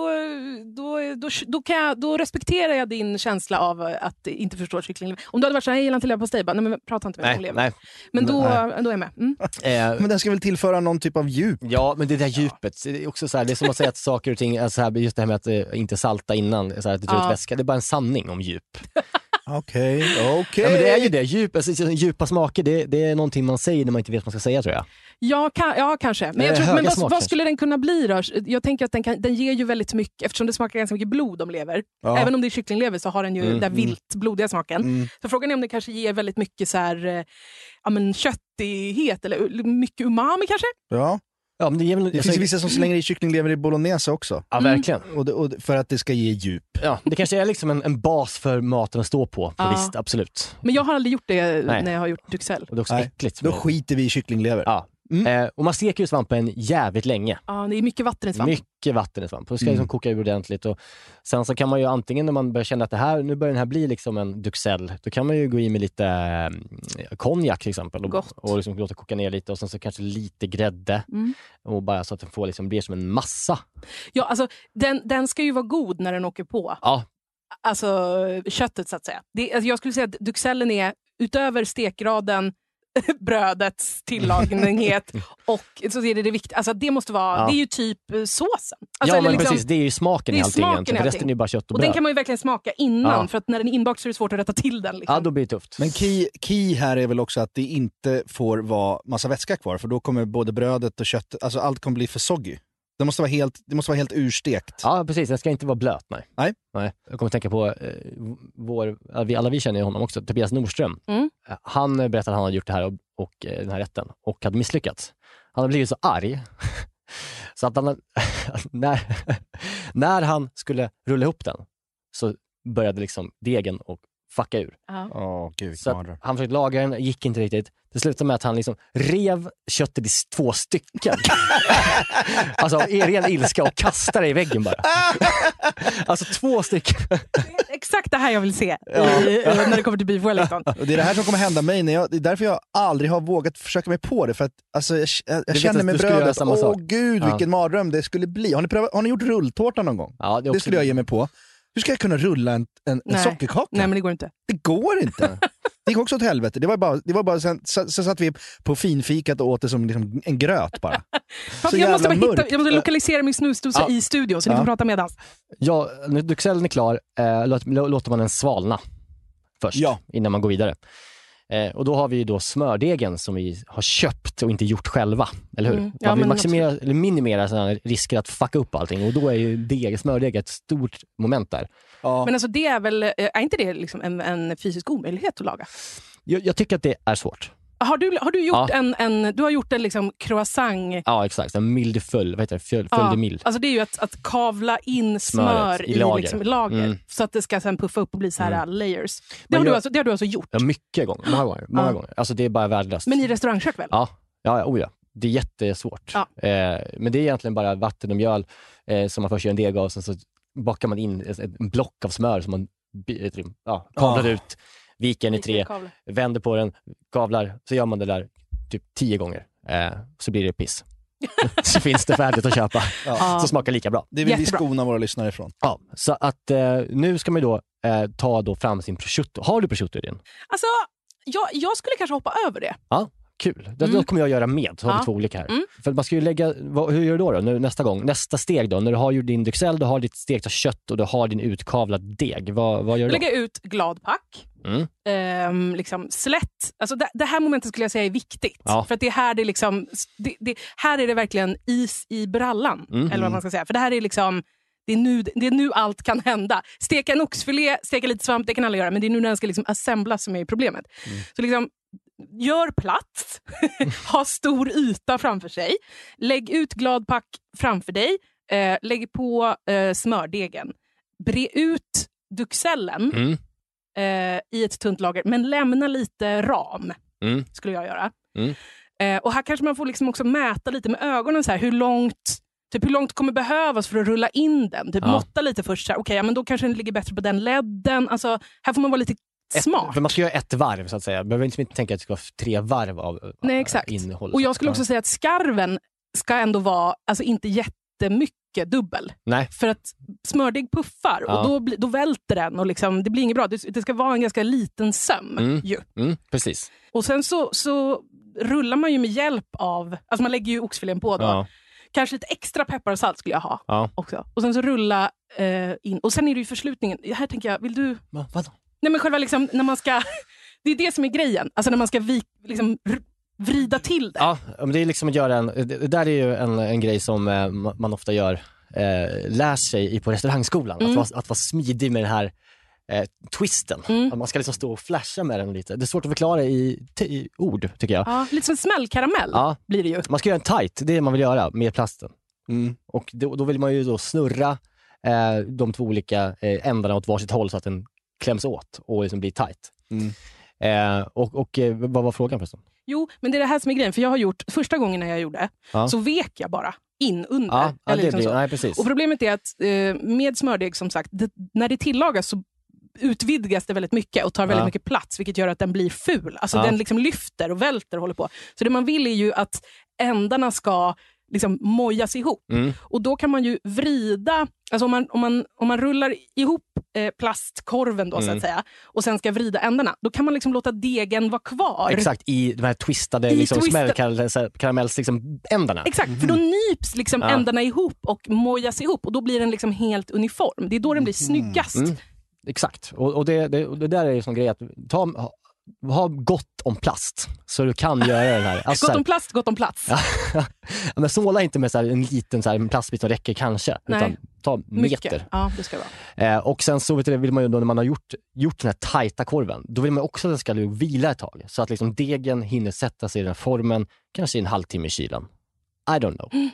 då respekterar jag din känsla av att inte förstå kycklinglever. Om du hade varit så här, jag gillar inte leverpastej, nej men prata inte med mig om lever. Men då är jag med. Men den ska väl tillföra någon typ av djup? Ja, men det där djupet, det är också så här, det är som att säga att saker och ting, alltså här, just det här med att inte salta innan, så här, att det tar ut vätska, det är bara en sanning om djup. Okej. Ja, men det är ju det, djupa smaker, det är någonting man säger när man inte vet vad man ska säga, tror jag. Ja, kanske. Men jag tror, vad skulle den kunna bli då? Jag tänker att den ger ju väldigt mycket, eftersom det smakar ganska mycket blod om lever. Ja. Även om det är kycklinglever så har den ju den vilt blodiga smaken. Så frågan är om det kanske ger väldigt mycket så här, köttighet eller mycket umami kanske? Ja. Ja, men det finns vissa som slänger i kycklinglever i bolagnese också. Ja, verkligen. Och för att det ska ge djup. Ja, det kanske är liksom en bas för maten att stå på. Visst, absolut. Men jag har aldrig gjort det när jag har gjort duxell. Och det är också äckligt. Då skiter vi i kycklinglever. Ja. Och man steker ju svampen jävligt länge. Ja, det är mycket vatten i svamp. Mycket vatten i svamp. Och det ska liksom koka ur ordentligt. Och sen så kan man ju antingen när man börjar känna att nu börjar den här bli liksom en duxell, då kan man ju gå in med lite konjak till exempel. Och liksom låta koka ner lite. Och sen så kanske lite grädde. Och bara så att den får liksom blir som en massa. Ja, alltså den ska ju vara god när den åker på. Ja. Alltså köttet så att säga. Jag skulle säga att duxellen är utöver stekgraden, brödets tillagninghet och så är det viktiga. Alltså det måste vara, det är ju typ såsen. Alltså, men liksom, precis, det är ju smaken i allting egentligen. För resten är ju bara kött och bröd. Och den kan man ju verkligen smaka innan, för att när den är inbakt så är det svårt att rätta till den. Liksom. Ja, då blir det tufft. Men key här är väl också att det inte får vara massa vätska kvar, för då kommer både brödet och köttet, alltså allt kommer bli för soggy. Det måste vara helt urstekt. Ja, precis. Den ska inte vara blöt, nej. Jag kommer att tänka på vi känner ju honom också, Tobias Nordström. Han berättade att han hade gjort det här och den här rätten och hade misslyckats. Han hade blivit så arg så att han, när han skulle rulla ihop den så började liksom degen och fucka ur. Gud, så han försökte laga den, gick inte riktigt. Det slutade med att han liksom rev köttet i 2 stycken. Alltså i ren ilska och kastade det i väggen bara. Alltså 2 stycken. Exakt det här jag vill se när det kommer till Beef Wellington. Och det är det här som kommer hända mig. Det är därför jag aldrig har vågat försöka mig på det. För att alltså, jag känner med brödet, gud vilken mardröm det skulle bli. Har ni gjort rulltårta någon gång? Ja, det skulle jag ge mig på. Hur ska jag kunna rulla en sockerkaka? Nej, men det går inte. Det går inte. Det gick också åt helvete. Det var bara sen satt vi på finfikat och åt det som liksom en gröt bara. Jag måste lokalisera min snusdosa i studion så ni får prata medans. Ja, när duxellen är klar låter man den svalna först innan man går vidare. Och då har vi ju då smördegen som vi har köpt och inte gjort själva, eller hur? Man vill maximera eller minimera sådana risker att fucka upp allting, och då är ju smördeg ett stort moment där. Ja. Men alltså det är väl, är inte det liksom en fysisk omöjlighet att laga? Jag tycker att det är svårt. Har du gjort du har gjort en liksom croissant? Ja, exakt. En mildefull, vad heter det? Följd de mil. Alltså det är ju att kavla in smör i lager, liksom, lager så att det ska sen puffa upp och bli så här layers. Det har du alltså gjort? Ja, mycket gånger. Många gånger. Alltså det är bara värdelöst. Men i restaurangkök väl? Ja. Det är jättesvårt. Ja. Men det är egentligen bara vatten och mjöl som man först gör en deg av, sen så bakar man in en block av smör som man kavlar ut, viker den i 3, vänder på den, kavlar, så gör man det där typ 10 gånger. Så blir det piss. Så finns det färdigt att köpa. Så smakar lika bra. Det vill vi skona våra lyssnare ifrån. Ja, så att nu ska man då ta fram sin prosciutto. Har du prosciutto i din? Alltså, jag skulle kanske hoppa över det. Ja. Kul. Då kommer jag göra med. Så har vi 2 olika här. För man ska ju lägga, hur gör du då? Nu, nästa steg då? När du har gjort din duxell, du har ditt stekta kött och du har din utkavlad deg. Vad gör du då? Lägga ut gladpack. Liksom slätt. Alltså det här momentet skulle jag säga är viktigt. Ja. För att det här är liksom, här är det verkligen is i brallan. Eller vad man ska säga. För det här är liksom, det är nu allt kan hända. Steka en oxfilé, steka lite svamp, det kan alla göra. Men det är nu när den ska liksom assemblas som är problemet. Så liksom, gör plats, ha stor yta framför sig, lägg ut gladpack framför dig, lägg på smördegen, bre ut duxellen i ett tunt lager, men lämna lite ram, skulle jag göra. Och här kanske man får liksom också mäta lite med ögonen så här, hur långt kommer behövas för att rulla in den, måtta lite först så här, okej, men då kanske den ligger bättre på den ledden, alltså här får man vara lite smart. För man ska göra 1 varv så att säga. Behöver inte tänka att det ska vara 3 varv av Nej, exakt. innehåll. Och jag skulle också säga att skarven ska ändå vara alltså inte jättemycket dubbel. Nej. För att smördeg puffar och då välter den och liksom, det blir inget bra. Det ska vara en ganska liten söm. Precis. Och sen så rullar man ju med hjälp av, alltså man lägger ju oxfilén på då. Ja. Kanske lite extra peppar och salt skulle jag ha också. Och sen så rulla in. Och sen är det ju förslutningen. Här tänker jag, vill du... Vadå? Nej, men själva liksom, när man ska... Det är det som är grejen. Alltså när man ska liksom vrida till det. Ja, men det är liksom att göra det där är ju en grej som man ofta gör, lär sig på restaurangskolan. Att vara smidig med den här twisten. Att man ska liksom stå och flasha med den lite. Det är svårt att förklara i ord, tycker jag. Ja, lite som smällkaramell blir det ju. Man ska göra en tight, det är det man vill göra med plasten. Och då vill man ju då snurra de 2 olika ändarna åt varsitt håll så att den kläms åt och liksom blir tight. Vad var frågan förresten? Jo, men det är det här som är grejen. För jag har gjort, första gången när jag gjorde så vek jag bara in under. Ja, eller liksom så. Nej, precis. Och problemet är att med smördeg, som sagt, när det tillagas så utvidgas det väldigt mycket och tar väldigt mycket plats, vilket gör att den blir ful. Alltså den liksom lyfter och välter och håller på. Så det man vill är ju att ändarna ska liksom mojas ihop. Och då kan man ju vrida, alltså om man rullar ihop plastkorven då så att säga, och sen ska vrida ändarna, då kan man liksom låta degen vara kvar. Exakt, i de här twistade liksom smällkaramells liksom ändarna. Exakt, för då nyps liksom ändarna ihop och mojas ihop och då blir den liksom helt uniform. Det är då den blir snyggast. Exakt, och det där är ju sån grej att ha gott om plast så du kan göra den här. Alltså, gott om plats. Men såla inte med så här en liten så här, en plastbit som räcker kanske. Nej. Utan ta meter. Ja, det ska vara. Och sen så vill man ju då, när man har gjort den här tajta korven, då vill man också att den ska vila ett tag. Så att liksom degen hinner sätta sig i den här formen, kanske i en halvtimme i kylen. I don't know.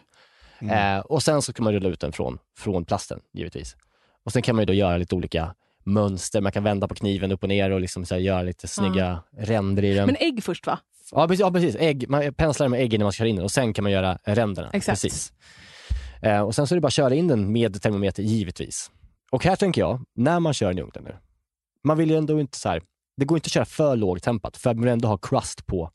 Och sen så kan man rulla ut den från plasten, givetvis. Och sen kan man ju då göra lite olika mönster, man kan vända på kniven upp och ner och liksom så här göra lite snygga ränder i den. Men ägg först, va? Ja, precis. Ägg, man penslar med ägg när man ska köra in den och sen kan man göra ränderna. Exakt. Precis. Och sen så är det bara att köra in den med termometer, givetvis. Och här tänker jag, när man kör den i ugnen nu, man vill ju ändå inte så här, det går inte att köra för lågtempat för att man ändå har crust på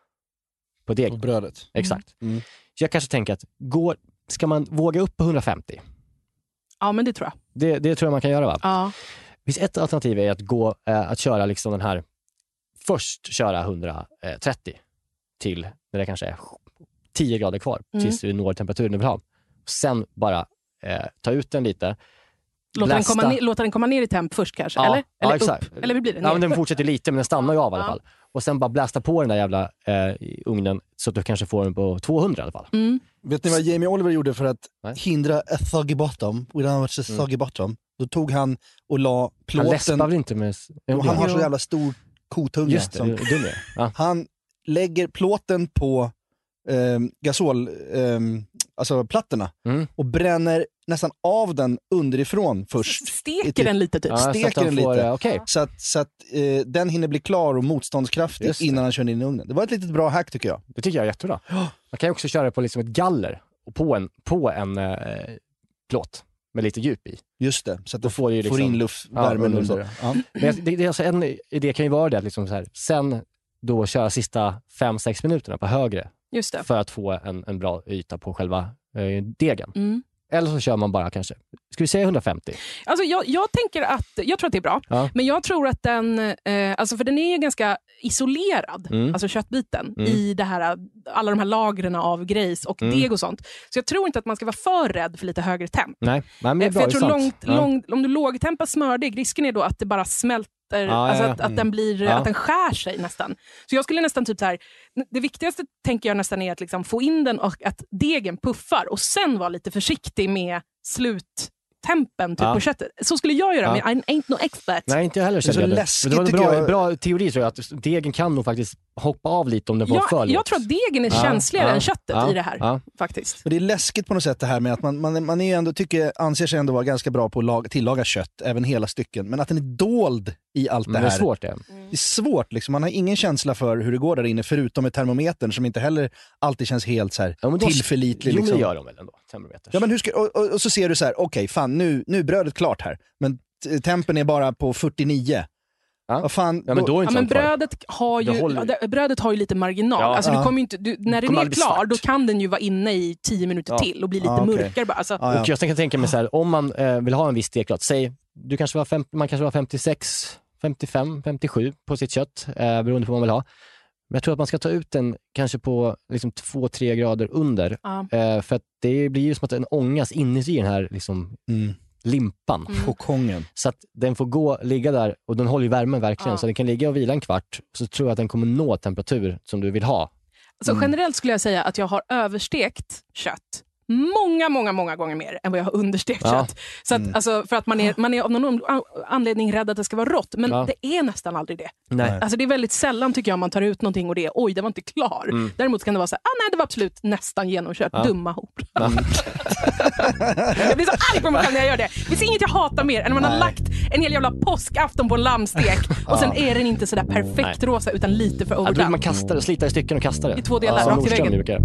deg. På brödet. Exakt. Så jag kanske tänker att ska man våga upp på 150? Ja, men det tror jag. Det tror jag man kan göra, va? Ja. Finns ett alternativ är att köra liksom den här, först köra 130 till när det kanske är 10 grader kvar tills du når temperaturen du vill ha. Sen bara ta ut den lite. Låta den komma ner i temp först kanske, eller? Eller exakt. Upp, eller blir det ner? Ja, men den fortsätter lite, men den stannar ju av i alla fall. Och sen bara blästa på den där jävla ugnen så att du kanske får den på 200 i alla fall. Vet ni vad Jamie Oliver gjorde för att hindra a soggy bottom? Soggy bottom. Då tog han och la plåten... Han läspar väl inte med... Han har så jävla stor kotunga. Just det, han lägger plåten på gasol, alltså plattorna och bränner nästan av den underifrån först. Steker den lite typ. Ja, Steker den lite. Okay. Så att den hinner bli klar och motståndskraftig innan han kör in i ugnen. Det var ett litet bra hack tycker jag. Det tycker jag är jättebra. Man kan ju också köra på liksom ett galler och på en plåt med lite djup i. Just det, så att du får liksom, in luftvärmen under. Ja. Men det är alltså en idé kan ju vara det att liksom så här, sen då köra sista 5-6 minuterna på högre. Just det. För att få en bra yta på själva degen. Eller så kör man bara kanske. Ska vi säga 150? Alltså jag tänker att, jag tror att det är bra. Ja. Men jag tror att den, alltså för den är ju ganska isolerad, alltså köttbiten, i det här, alla de här lagren av grejs och deg och sånt. Så jag tror inte att man ska vara för rädd för lite högre temp. Nej, men det är bra, för jag tror om du lågtempar smördeg, risken är då att det bara smälter. Att den blir att den skär sig nästan. Så jag skulle nästan typ så här, det viktigaste tänker jag nästan är att liksom få in den och att degen puffar och sen vara lite försiktig med sluttempen typ på köttet. Så skulle jag göra, men I ain't no expert. Nej, inte jag heller. Det var en bra teori tror jag, att degen kan nog faktiskt hoppa av lite om den får för lågt. Jag tror att degen är känsligare än köttet i det här faktiskt. Men det är läskigt på något sätt det här med att man är ändå, anser sig ändå vara ganska bra på att tillaga kött, även hela stycken, men att den är dold i allt det här. Det är svårt det. Det är svårt liksom. Man har ingen känsla för hur det går där inne, förutom med termometern som inte heller alltid känns helt så här tillförlitlig. Jo, men det gör de väl ändå, termometer. Ja, men hur ska, och så ser du så här, okej, fan, nu är brödet klart här, men tempen är bara på 49. Ja. Fan, men brödet har ju lite marginal. Alltså, du kommer inte, när den är klar, då kan den ju vara inne i 10 minuter till och bli lite mörkare bara. Alltså. Och jag kan tänka mig så här, om man vill ha en viss stekgrad, säg, man kanske var 56, 55, 57 på sitt kött, beroende på vad man vill ha. Men jag tror att man ska ta ut den kanske på liksom 2-3 grader under. För att det blir ju som att den ångas inuti den här liksom limpan. Kokongen. Så att den får ligga där och den håller ju värmen verkligen. Så den kan ligga och vila en kvart, så tror jag att den kommer nå temperatur som du vill ha. Så generellt skulle jag säga att jag har överstekt kött många gånger mer än vad jag har understekt kött. Så att, alltså, för att man är av någon anledning rädd att det ska vara rått. Men det är nästan aldrig det. Nej. Alltså, det är väldigt sällan tycker jag man tar ut någonting och det det var inte klar. Däremot kan det vara så här, nej det var absolut nästan genomkört. Dumma hor. Jag blir så arg på mig själv när jag gör det. Det finns inget jag hatar mer än när man har lagt en hel jävla påskafton på en lammstek och sen är den inte så där perfekt rosa utan lite för overdone. Man kastar och sliter i stycken och kastar det. I 2 delar, rakt i väggen.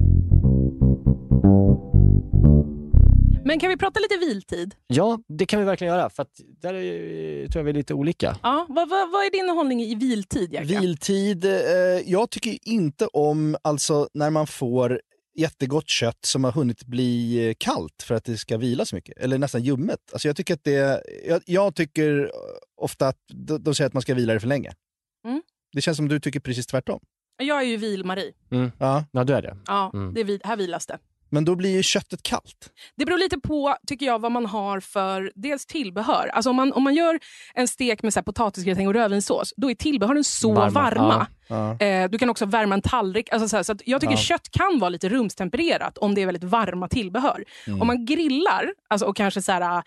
Men kan vi prata lite viltid? Ja, det kan vi verkligen göra. För att där tror jag vi är lite olika. Ja, vad är din hållning i viltid, Jerka? Viltid, jag tycker inte om alltså när man får jättegott kött som har hunnit bli kallt för att det ska vila så mycket. Eller nästan ljummet. Alltså jag tycker att jag tycker ofta att de säger att man ska vila det för länge. Det känns som du tycker precis tvärtom. Jag är ju vil-Marie. Ja, du är det. Ja, här vilas det. Men då blir ju köttet kallt. Det beror lite på, tycker jag, vad man har för dels tillbehör. Alltså om man gör en stek med så här potatisgratäng och rödvinssås, då är tillbehören så varma. Du kan också värma en tallrik. Alltså så att jag tycker kött kan vara lite rumstempererat om det är väldigt varma tillbehör. Om man grillar alltså, och kanske så här,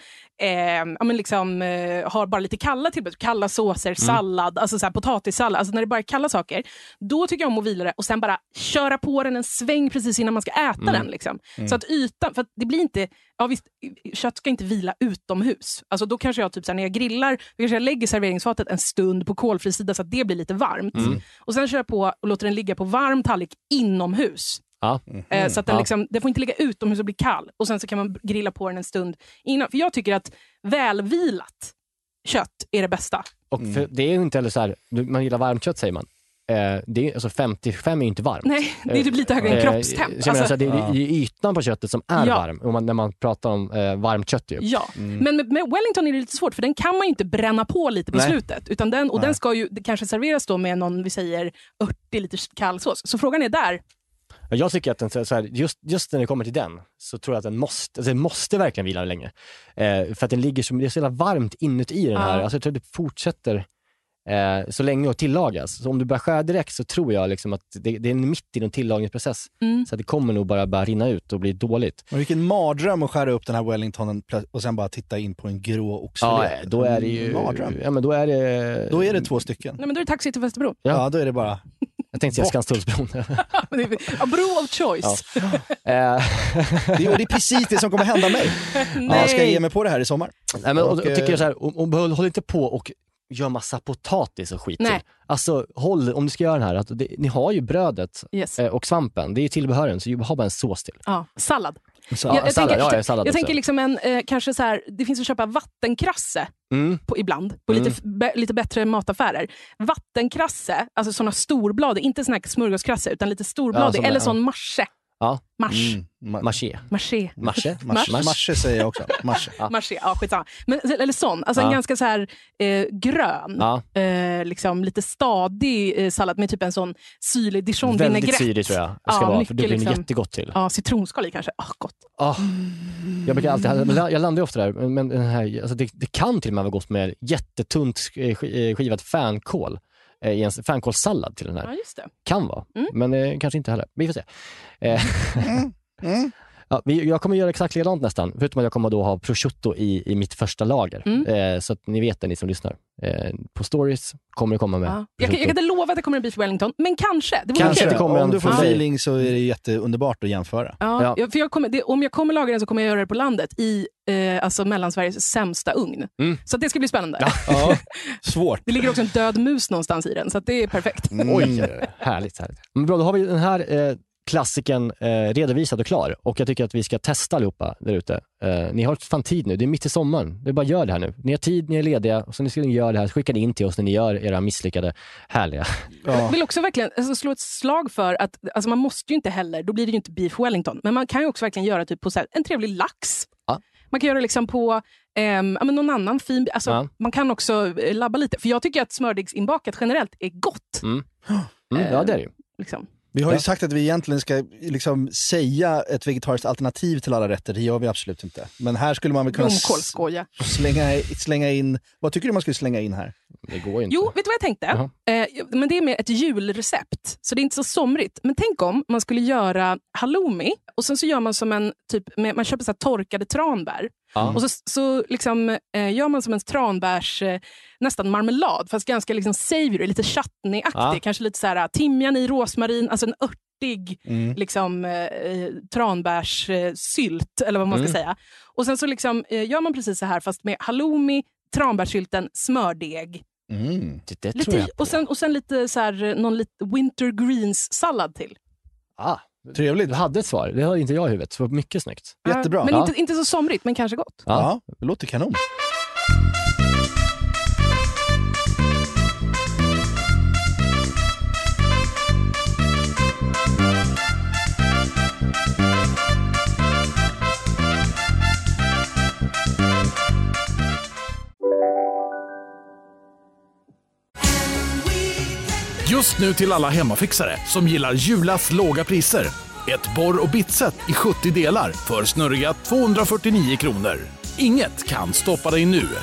har bara lite kalla tillbehör, kalla såser, sallad, alltså så här, potatissallad, alltså när det bara är kalla saker, då tycker jag om att vila det och sen bara köra på den en sväng precis innan man ska äta den. Liksom. Så att ytan, för att det blir inte, visst, kött ska inte vila utomhus. Alltså då kanske jag typ så här, när jag grillar, då kanske jag lägger serveringsfatet en stund på kolfri sida så att det blir lite varmt. Och sen kör jag på och låter den ligga på varm tallrik inomhus. Så att den liksom, det får inte ligga utomhus och bli kall. Och sen så kan man grilla på den en stund innan. För jag tycker att välvilat kött är det bästa. Och för det är ju inte heller så här, man gillar varmt kött säger man. Det är, alltså 55 är ju inte varmt. Nej, det är typ lite högre än kroppstemp. Alltså, det är ytan på köttet som är varm när man pratar om varmt kött. Men med Wellington är det lite svårt för den kan man ju inte bränna på lite på slutet. Utan den ska ju kanske serveras då med någon, vi säger 80 liters kallsås. Så frågan är där. Jag tycker att den, så här, just när det kommer till den så tror jag att den måste verkligen vila länge. För att den ligger det är så jävla varmt inuti den här. Alltså jag tror att det fortsätter så länge att tillagas. Så om du börjar skära direkt så tror jag liksom att det är mitt i en tillagningsprocess. Så att det kommer nog bara rinna ut och bli dåligt. Och vilken mardröm att skära upp den här Wellingtonen och sen bara titta in på en grå oxfilé. Ja, då är det ju mardröm. Ja, men då är det 2 stycken. Nej, men då är det taxi till Västerbro. Ja, då är det bara Jag tänkte säga Skanstullsbron. Bro of choice. Det är precis det som kommer hända mig. Jag ska ge mig på det här i sommar. Nej, men, och tycker jag så här, håll inte på och gör massa potatis och skit. Alltså om du ska göra den här, att ni har ju brödet och svampen, det är ju tillbehören, så ha bara en sås till. Ja, sallad. Jag tänker liksom kanske så här, det finns att köpa vattenkrasse ibland på lite bättre mataffärer. Vattenkrasse, alltså såna storblad, inte såna här smörgåskrasse utan lite storblad, eller sån marche. Ja. Marche säger jag också. Marche, skitsamma. Men, eller sån, alltså en ganska så här grön, liksom lite stadig sallad med typ en sån syrlig dijon-vinägrett. Väldigt syrlig tror jag det ska vara, för det blir liksom, jättegott till. Ja, citronskal i kanske. Gott. Jag brukar alltid, jag landar ju ofta där, men den här, alltså det kan till och med vara gott med jättetunt skivat fänkål. I en fänkålssallad till den här. Ja, just det. Kan vara, men kanske inte heller. Vi får se. Jag kommer göra exakt likadant nästan, förutom att jag kommer då ha prosciutto i mitt första lager. Så att ni vet det, ni som lyssnar. På stories kommer det komma med jag kan inte lova att det kommer en beef Wellington, men kanske. Det kommer om du får feeling så är det jätteunderbart att jämföra. För om jag kommer laga den så kommer jag göra det på landet i alltså Mellansveriges sämsta ugn. Så att det ska bli spännande. Svårt. Det ligger också en död mus någonstans i den, så att det är perfekt. Oj, härligt. Men bra, då har vi den här klassiken redovisad och klar, och jag tycker att vi ska testa allihopa där ute. Ni har fan tid nu, det är mitt i sommaren, det är bara gör det här nu. Ni har tid, ni är lediga, och så ni ska göra det här, skicka det in till oss när ni gör era misslyckade härliga. Jag vill också verkligen slå ett slag för att alltså man måste ju inte heller, då blir det ju inte beef Wellington, men man kan ju också verkligen göra typ på så här, en trevlig lax. Man kan göra det liksom på någon annan fin, alltså man kan också labba lite, för jag tycker att smördegsinbakat generellt är gott. Ja, det är det ju. Liksom. Vi har ju sagt att vi egentligen ska liksom säga ett vegetariskt alternativ till alla rätter. Det gör vi absolut inte. Men här skulle man väl kunna slänga in... Vad tycker du man skulle slänga in här? Det går inte. Jo, vet du vad jag tänkte? Men det är med ett julrecept. Så det är inte så somrigt. Men tänk om man skulle göra halloumi. Och sen så gör man som en typ... man köper så här torkade tranbär. Och så liksom, gör man som en tranbärs nästan marmelad, fast ganska liksom savory, lite chutney-aktig, kanske lite så här timjan i rosmarin, alltså en örtig liksom tranbärssylt eller vad man ska säga. Och sen så liksom gör man precis så här, fast med halloumi, tranbärssylten, smördeg. Det lite, tror jag och sen lite så här någon lite winter greens sallad till. Trevligt. Du hade ett svar. Det hade inte jag i huvudet. Så mycket snyggt. Jättebra. Men inte så somrigt, men kanske gott. Ja, det låter kanon. Just nu till alla hemmafixare som gillar Julas låga priser. Ett borr- och bitset i 70 delar för snurriga 249 kronor. Inget kan stoppa dig nu.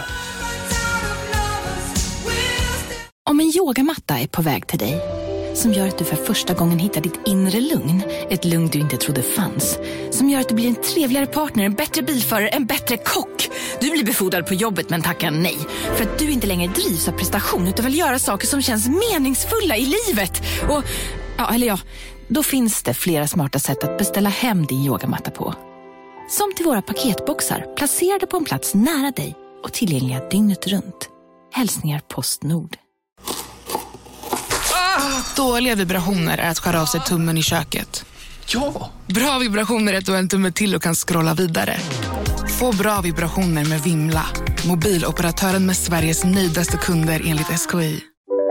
Om en yogamatta är på väg till dig, som gör att du för första gången hittar ditt inre lugn, ett lugn du inte trodde fanns, som gör att du blir en trevligare partner, en bättre bilförare, en bättre kock. Du blir befordrad på jobbet men tackar nej, för att du inte längre drivs av prestation utan vill göra saker som känns meningsfulla i livet. Och, då finns det flera smarta sätt att beställa hem din yogamatta på. Som till våra paketboxar, placerade på en plats nära dig och tillgängliga dygnet runt. Hälsningar Postnord. Dåliga vibrationer är att skära av sig tummen i köket. Ja! Bra vibrationer är att du har en tumme till och kan scrolla vidare. Få bra vibrationer med Vimla. Mobiloperatören med Sveriges nöjdaste kunder enligt SKI.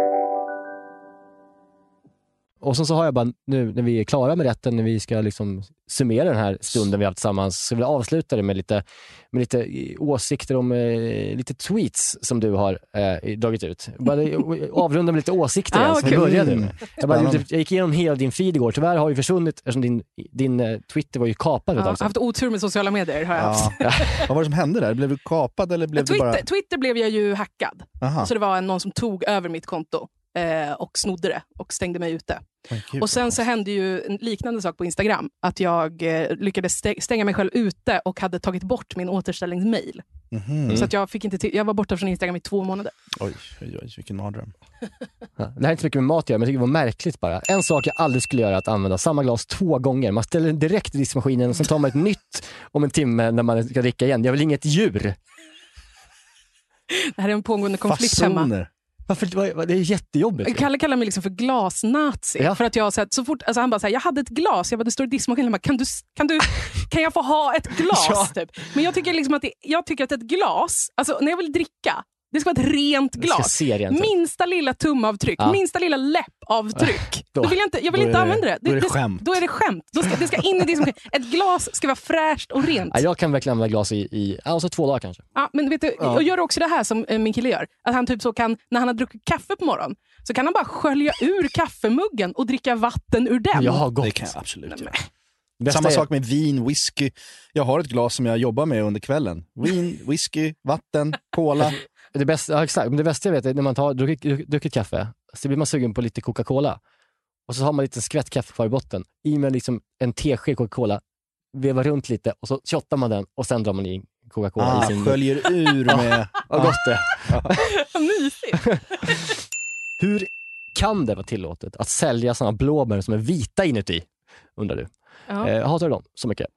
Och så har jag bara nu när vi är klara med rätten, när vi ska liksom summera den här stunden vi har haft tillsammans, så vill jag avsluta det med lite åsikter om lite tweets som du har dragit ut. Bara avrunda med lite åsikter igen, som vi började med. Jag gick igenom hela din feed igår. Tyvärr har ju försvunnit eftersom din Twitter var ju kapad. Jag har haft otur med sociala medier. Har jag haft. Vad var det som hände där? Blev du kapad eller blev Twitter, du bara... Twitter blev jag ju hackad. Aha. Så det var någon som tog över mitt konto. och snodde det och stängde mig ute. Och sen så hände ju en liknande sak på Instagram, att jag lyckades stänga mig själv ute och hade tagit bort min återställningsmail. Så att jag fick inte jag var borta från Instagram i 2 månader. Oj, vilken mardröm. Det här är inte mycket med mat att göra, men jag tycker det var märkligt bara. En sak jag aldrig skulle göra är att använda samma glas 2 gånger. Man ställer den direkt i diskmaskinen och sen tar man ett nytt om en timme när man ska dricka igen. Jag vill inget djur. Det här är en pågående konflikt hemma. Varför? Det är jättejobbigt. Kalle kallar mig liksom för glasnazi. Ja. För att jag har sett så fort, alltså han bara säger jag hade ett glas, jag bara, det står i diskmaskinen, kan jag få ha ett glas typ? Men jag tycker liksom att ett glas, alltså när jag vill dricka, det ska vara ett rent glas. Minsta lilla tumavtryck, minsta lilla läppavtryck. Jag vill inte använda det. Då är det skämt. Då är det skämt. Det ska in i diskmaskinen. Ett glas ska vara fräscht och rent. Ja, jag kan verkligen använda glas i 2 dagar kanske. Ja, men vet du, jag gör också det här som min kille gör. Att han typ så kan, när han har druckit kaffe på morgonen, så kan han bara skölja ur kaffemuggen och dricka vatten ur den. Ja, gott. Det kan jag absolut göra. Samma sak med vin, whisky. Jag har ett glas som jag jobbar med under kvällen. Vin, whisky, vatten, cola. Det bästa, exakt. Men det bästa jag vet är när man tar druckit kaffe, så blir man sugen på lite Coca-Cola. Och så har man lite skvätt kaffe kvar i botten. I med liksom en tesked Coca-Cola, vevar runt lite och så shottar man den och sen drar man i Coca-Cola i sin... sköljer ur med... Vad gott det. Mysigt. Hur kan det vara tillåtet att sälja sådana blåbär som är vita inuti, undrar du? Hatar du dem så mycket?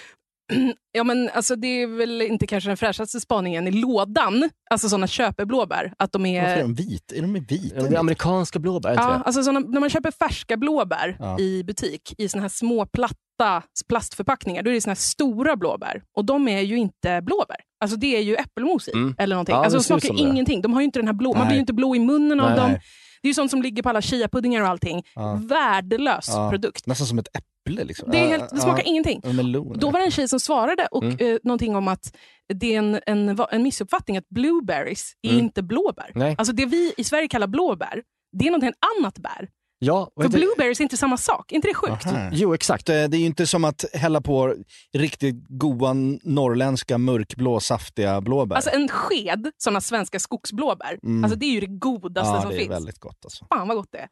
Ja, men alltså det är väl inte kanske den fräschaste spaningen i lådan. Alltså sådana köpeblåbär. Att de är... Varför är de vit? Är de vita? Det är amerikanska blåbär. Ja, alltså såna, när man köper färska blåbär i butik i såna här små platta plastförpackningar, då är det såna här stora blåbär. Och de är ju inte blåbär. Alltså det är ju äppelmos i eller någonting. Ja, alltså de smakar ingenting. De har ju inte den här blå. Man blir ju inte blå i munnen av dem. Det är ju sånt som ligger på alla chia-puddingar och allting. Värdelös produkt. Nästan som ett äpple liksom. Det smakar ingenting. Då var det en tjej som svarade och någonting om att det är en missuppfattning att blueberries är inte blåbär. Nej. Alltså det vi i Sverige kallar blåbär, det är någonting annat bär. Ja, för blueberries är inte samma sak. Inte det sjukt? Aha. Jo, exakt. Det är ju inte som att hälla på riktigt goda norrländska mörkblå saftiga blåbär. Alltså en sked sådana svenska skogsblåbär. Alltså det är ju det godaste som finns. Ja, det är väldigt gott alltså. Fan vad gott det är.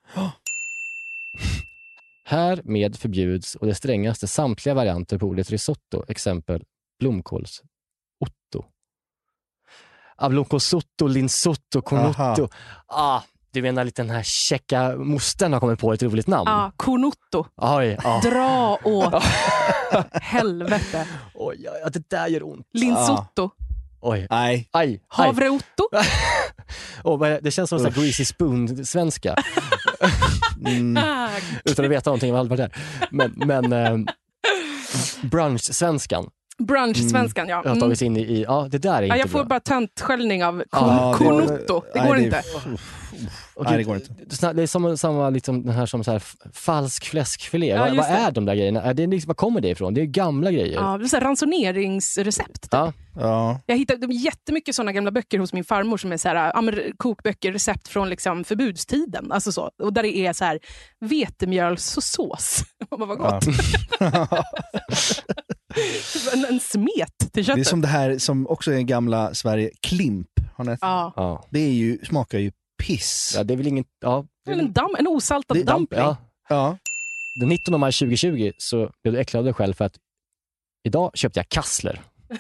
Härmed förbjuds och det strängaste samtliga varianter på ordet risotto. Exempel blomkåls otto. Blomkålsotto, linsotto, cornotto. Du menar lite den här tjecka mostern har kommit på ett roligt namn. Ja, cornotto. Dra åt helvete. Oj, det där gör ont. Linsotto. Oj. Aj. Havreotto. Det känns som en greasy spoon-svenska. Utan att veta någonting om vad det är. Men brunch-svenskan. Brunch-svenskan, ja. Jag har tagits in i det där är inte jag får bra. bara töntsköljning av cornotto. Det går inte. Nej, det går inte. Det är samma liksom den här som så här falsk fläskfilé. Vad är de där grejerna? Vad kommer det ifrån? Det är gamla grejer. Ja, det är så här ransoneringsrecept. Typ. Ja. Jag hittade jättemycket sådana gamla böcker hos min farmor som är så här kokböcker, recept från liksom förbudstiden. Alltså så. Och där det är så här vetemjöls och sås. Vad gott. En smet till köttet. Det är som det här som också är gamla Sverige, klimp. Det är ju, smakar ju piss. Ja, det är väl ingen... Ja, det är en osaltad dumpling. Ja. Den 19 maj 2020 så blev du äcklad av dig själv för att idag köpte jag kassler.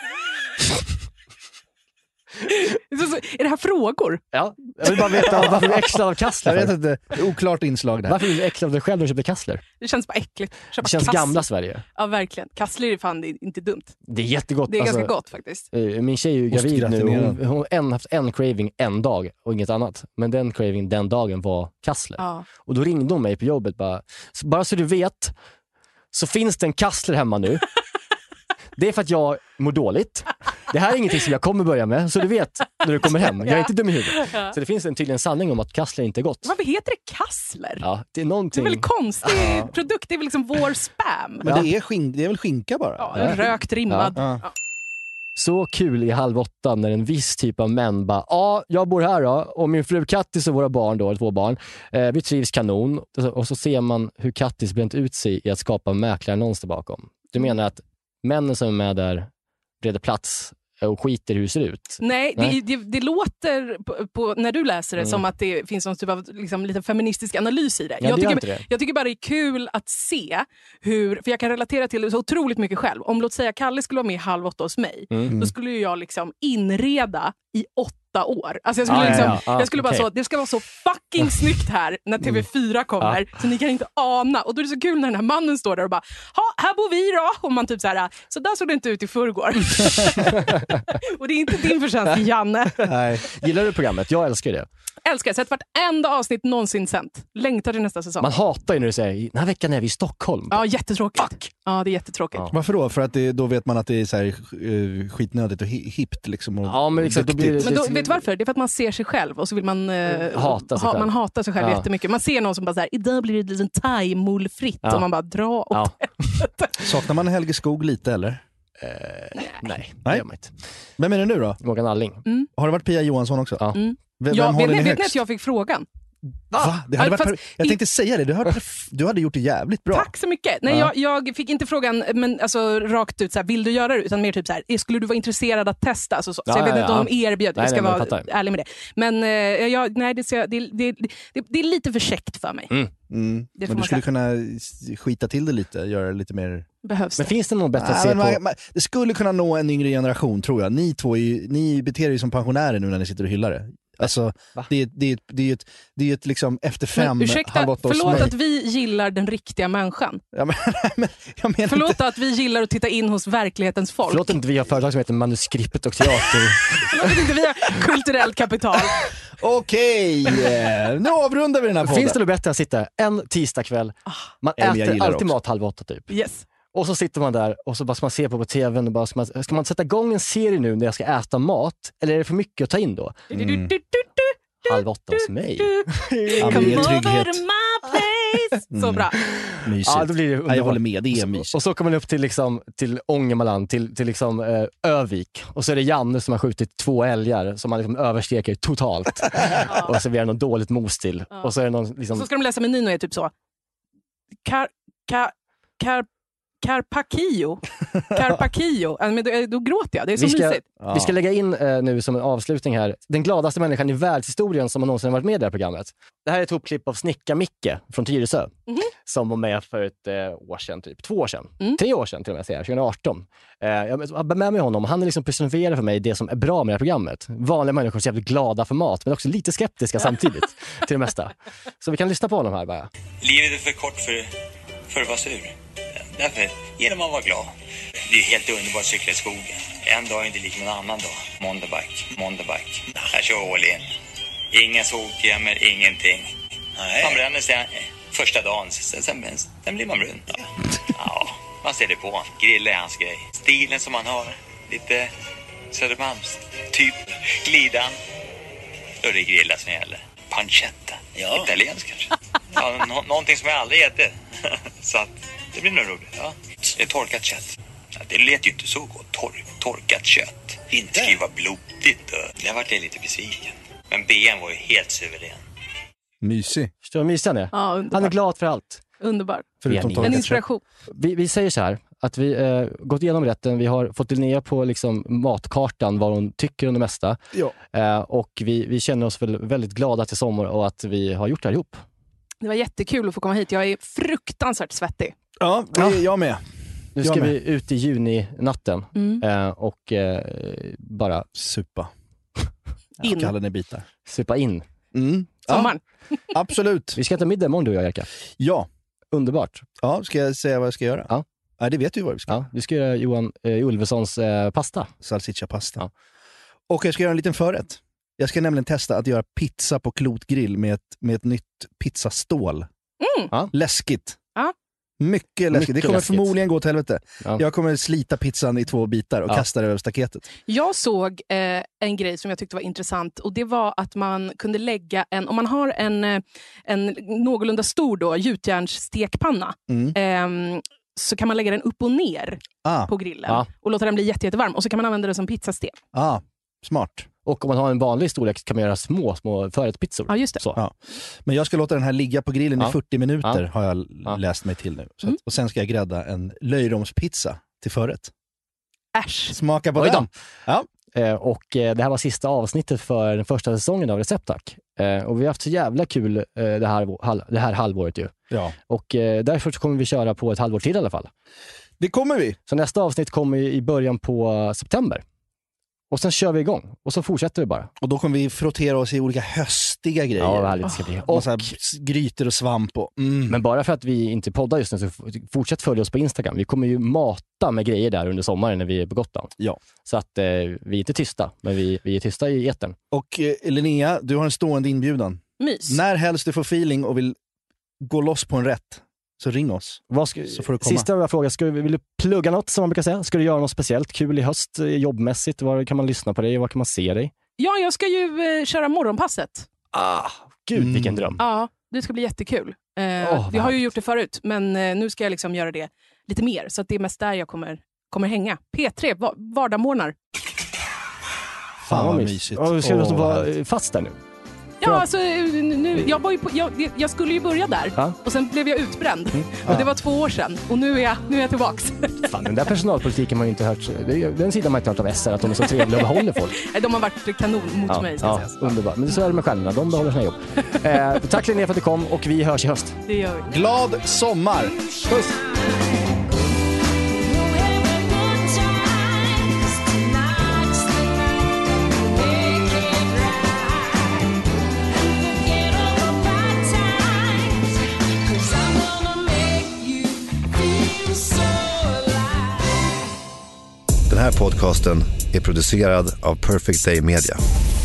Är det här frågor? Ja, jag vill bara veta varför du är äcklad av kassler. Jag vet inte, det är oklart inslag där. Varför är du äcklad av dig själv när du köpte kassler? Det känns bara äckligt. Det känns gamla Sverige. Ja, verkligen. Kassler är fan inte dumt. Det är jättegott. Det är ganska gott faktiskt. Min tjej är ju gravid nu. Hon har haft en craving en dag och inget annat. Men den craving den dagen var kassler. Ja. Och då ringde hon mig på jobbet bara så du vet så finns det en kassler hemma nu. Det är för att jag mår dåligt. Det här är ingenting som jag kommer börja med, så du vet när du kommer hem. Jag är inte dum i huvudet. Så det finns tydligen sanning om att kassler inte är gott. Varför heter det kassler? Ja, det är någonting... Det är väl konstig produkt, det är väl liksom vår spam. Men det är väl skinka bara? Ja, rökt rimmad. Ja. Så kul i 7:30 när en viss typ av män bara, jag bor här då, och min fru Kattis och våra barn då, 2 barn, vi trivs kanon. Och så ser man hur Kattis bränt ut sig i att skapa mäklarannons där bakom. Du menar att männen som är med där reder plats och skiter hur det ser ut. Nej. Det låter på när du läser det som att det finns någon typ av liksom, lite feministisk analys i det. Ja, jag tycker bara det är kul att se hur, för jag kan relatera till det så otroligt mycket själv. Om låt säga Kalle skulle vara med 7:30 hos mig, då skulle jag liksom inreda i 8 år. Alltså jag skulle bara så, det ska vara så fucking snyggt här när TV4 kommer, så ni kan inte ana. Och då är det så kul när den här mannen står där och bara, här bor vi då. Och man typ så här, så där såg det inte ut i förrgår. Och det är inte din förtjänst, Janne. Nej. Gillar du programmet? Jag älskar det. Älskar det. Sett vartenda avsnitt någonsin sänt. Längtar till nästa säsong. Man hatar ju när du säger, den här veckan är vi i Stockholm. Ja, jättetråkigt. Fuck. Ja, det är jättetråkigt. Ja. Varför då? För att då vet man att det är så här, skitnödigt och hippt liksom. Och ja, men exakt. Men då, vet du varför? Det är för att man ser sig själv och så vill man hata sig själv. Man hatar sig själv jättemycket. Man ser någon som bara så här, idag blir det lite thai-mullfritt och man bara drar åt Saknar man Helge Skog lite eller? Nej, det gör man inte. Vem är det nu då? Morgan Alling. Har det varit Pia Johansson också? Ja. Vem håller ni högst? Vet ni att jag fick frågan? Va? Det hade varit jag tänkte säga det, du hade gjort det jävligt bra. Tack så mycket. Nej, jag fick inte frågan men alltså, rakt ut så här, vill du göra det? Utan mer typ så här, skulle du vara intresserad att testa? Alltså, så jag vet inte om de erbjöd, jag ska vara ärlig med det. Men det är lite för käckt för mig. Men du skulle kunna skita till det lite, göra det lite mer... Behövs men finns det något bättre att se på? Det skulle kunna nå en yngre generation, tror jag. Ni två ni beter er som pensionärer nu när ni sitter och hyllar det. Alltså, det är ett liksom efter 5, ursäkta, förlåt att vi gillar den riktiga människan. Ja, men jag menar förlåt inte. att vi gillar att titta in hos verklighetens folk. Förlåt att inte vi har företag som heter Manuskriptet och Teater. Förlåt att inte vi har kulturellt kapital. Okej, nu avrundar vi den här podden. Finns det något bättre att sitta en tisdagkväll? Man äter alltid mat 7:30 typ. Yes. Och så sitter man där och så bara ska man se på tvn och bara ska man sätta igång en serie nu när jag ska äta mat, eller är det för mycket att ta in då? 7:30 hos mig. Come over to my place. Så bra. Mysigt. Ja, då blir det underbart. Jag håller med, det är mysigt. Och så kommer man upp till Ångermanland, till liksom Övik. Och så är det Janne som har skjutit 2 älgar som man liksom översteker totalt. Och så blir det något dåligt mos till. Och så är det någon liksom... Så ska de läsa menyn och är typ så. Carpaccio. Men då gråter jag. Det är så mysigt. Vi ska lägga in nu som en avslutning här den gladaste människan i världshistorien som har någonsin varit med i det här programmet. Det här är ett hopklipp av Snicka-Micke från Tyresö som var med för ett år sedan, typ 2 år sedan. 3 år sedan till och med, 2018. Jag har med mig honom. Han är liksom personifierad för mig det som är bra med det här programmet. Vanliga människor är jävligt glada för mat men också lite skeptiska samtidigt till det mesta. Så vi kan lyssna på honom här bara. Livet är för kort för att vara sur. Därför, genom att vara glad. Det är helt underbart att cykla i skogen. En dag är inte lik med en annan dag. Mountainbike. Jag kör all in. Inga solkrämer, ingenting. Man bränner sig första dagen, sen blir man brun. Ja, man ser det på. Grilla är hans grej. Stilen som man har, lite Södermalms. Typ glidan. Då är det grilla som gäller. Pancetta. Italiensk kanske. Ja, någonting som jag aldrig ätit. Så att det blir nog roligt. Ja. Det är torkat kött. Ja, det lät ju inte så gott. Torkat kött. Inte ska ju vara blodigt. Jag varit lite besviken. Men BM var ju helt suverän. Mysig. Förstår du hur mysig han är? Ja, underbar. Han är glad för allt. Underbar. En inspiration. Vi säger så här, att vi gått igenom rätten. Vi har fått Linnea på liksom matkartan vad hon tycker om det mesta. Ja. Och vi känner oss väl väldigt glada till sommar och att vi har gjort det här ihop. Det var jättekul att få komma hit. Jag är fruktansvärt svettig. Ja, jag med. Nu ska vi ut i juninatten och bara supa. In. Kallen i bitar. Supa in. Sommaren. Ja, absolut. Vi ska äta middag imorgon du och jag, Erika. Ja. Underbart. Ja, ska jag säga vad jag ska göra? Ja. Nej, det vet du vad vi ska. Ja, du ska göra Johan Ulvessons pasta. Salsiccia-pasta. Ja. Och jag ska göra en liten förrätt. Jag ska nämligen testa att göra pizza på klotgrill med ett nytt pizzastål. Ja. Läskigt. Ja. Mycket läskigt. Det kommer förmodligen gå till helvete. Ja. Jag kommer slita pizzan i 2 bitar och kasta det över staketet. Jag såg en grej som jag tyckte var intressant och det var att man kunde lägga om man har en någorlunda stor då, gjutjärnsstekpanna så kan man lägga den upp och ner på grillen och låta den bli jättevarm och så kan man använda den som pizzasten. Smart. Och om man har en vanlig storlek kan man göra små förrättpizzor. Ja, just det. Så. Ja. Men jag ska låta den här ligga på grillen i 40 minuter har jag läst mig till nu. Så att, och sen ska jag grädda en löjromspizza till förrätt. Äsch. Smaka på den. Ja. Och det här var sista avsnittet för den första säsongen av Receptack. Och vi har haft så jävla kul det här halvåret ju. Ja. Och därför så kommer vi köra på ett halvår till i alla fall. Det kommer vi. Så nästa avsnitt kommer i början på september. Och sen kör vi igång. Och så fortsätter vi bara. Och då kommer vi frottera oss i olika höstiga grejer. Ja, vad härligt det ska bli. Och grytor och svamp. Men bara för att vi inte poddar just nu så fortsätt följa oss på Instagram. Vi kommer ju mata med grejer där under sommaren när vi är på Gotland. Ja. Så att vi är inte tysta, men vi är tysta i etern. Och Linnea, du har en stående inbjudan. Mys. När helst du får feeling och vill gå loss på en rätt, så ring oss. Så får du komma. Sista jag frågar, vill du plugga något som man brukar säga? Ska du göra något speciellt kul i höst jobbmässigt? Var kan man lyssna på dig? Var kan man se dig? Ja, jag ska ju köra morgonpasset. Gud, vilken dröm. Ja, det ska bli jättekul. Vi har ju gjort det förut, men nu ska jag liksom göra det lite mer. Så att det är mest där jag kommer hänga. P3, vardagsmorgnar. Fan vad mysigt. Ska du vara fast där nu? Ja, alltså, jag skulle ju börja där och sen blev jag utbränd. Och det var 2 år sedan och nu är jag tillbaks. Fan, den där personalpolitiken har ju inte hört. Den sidan man inte hört av SR, att de är så trevliga och behåller folk. De har varit kanon mot mig. Ja, underbart. Men så är det med stjärnorna, de behåller sina jobb. Tack Linnea för att du kom och vi hörs i höst. Det gör vi. Glad sommar! Puss! Den här podcasten är producerad av Perfect Day Media.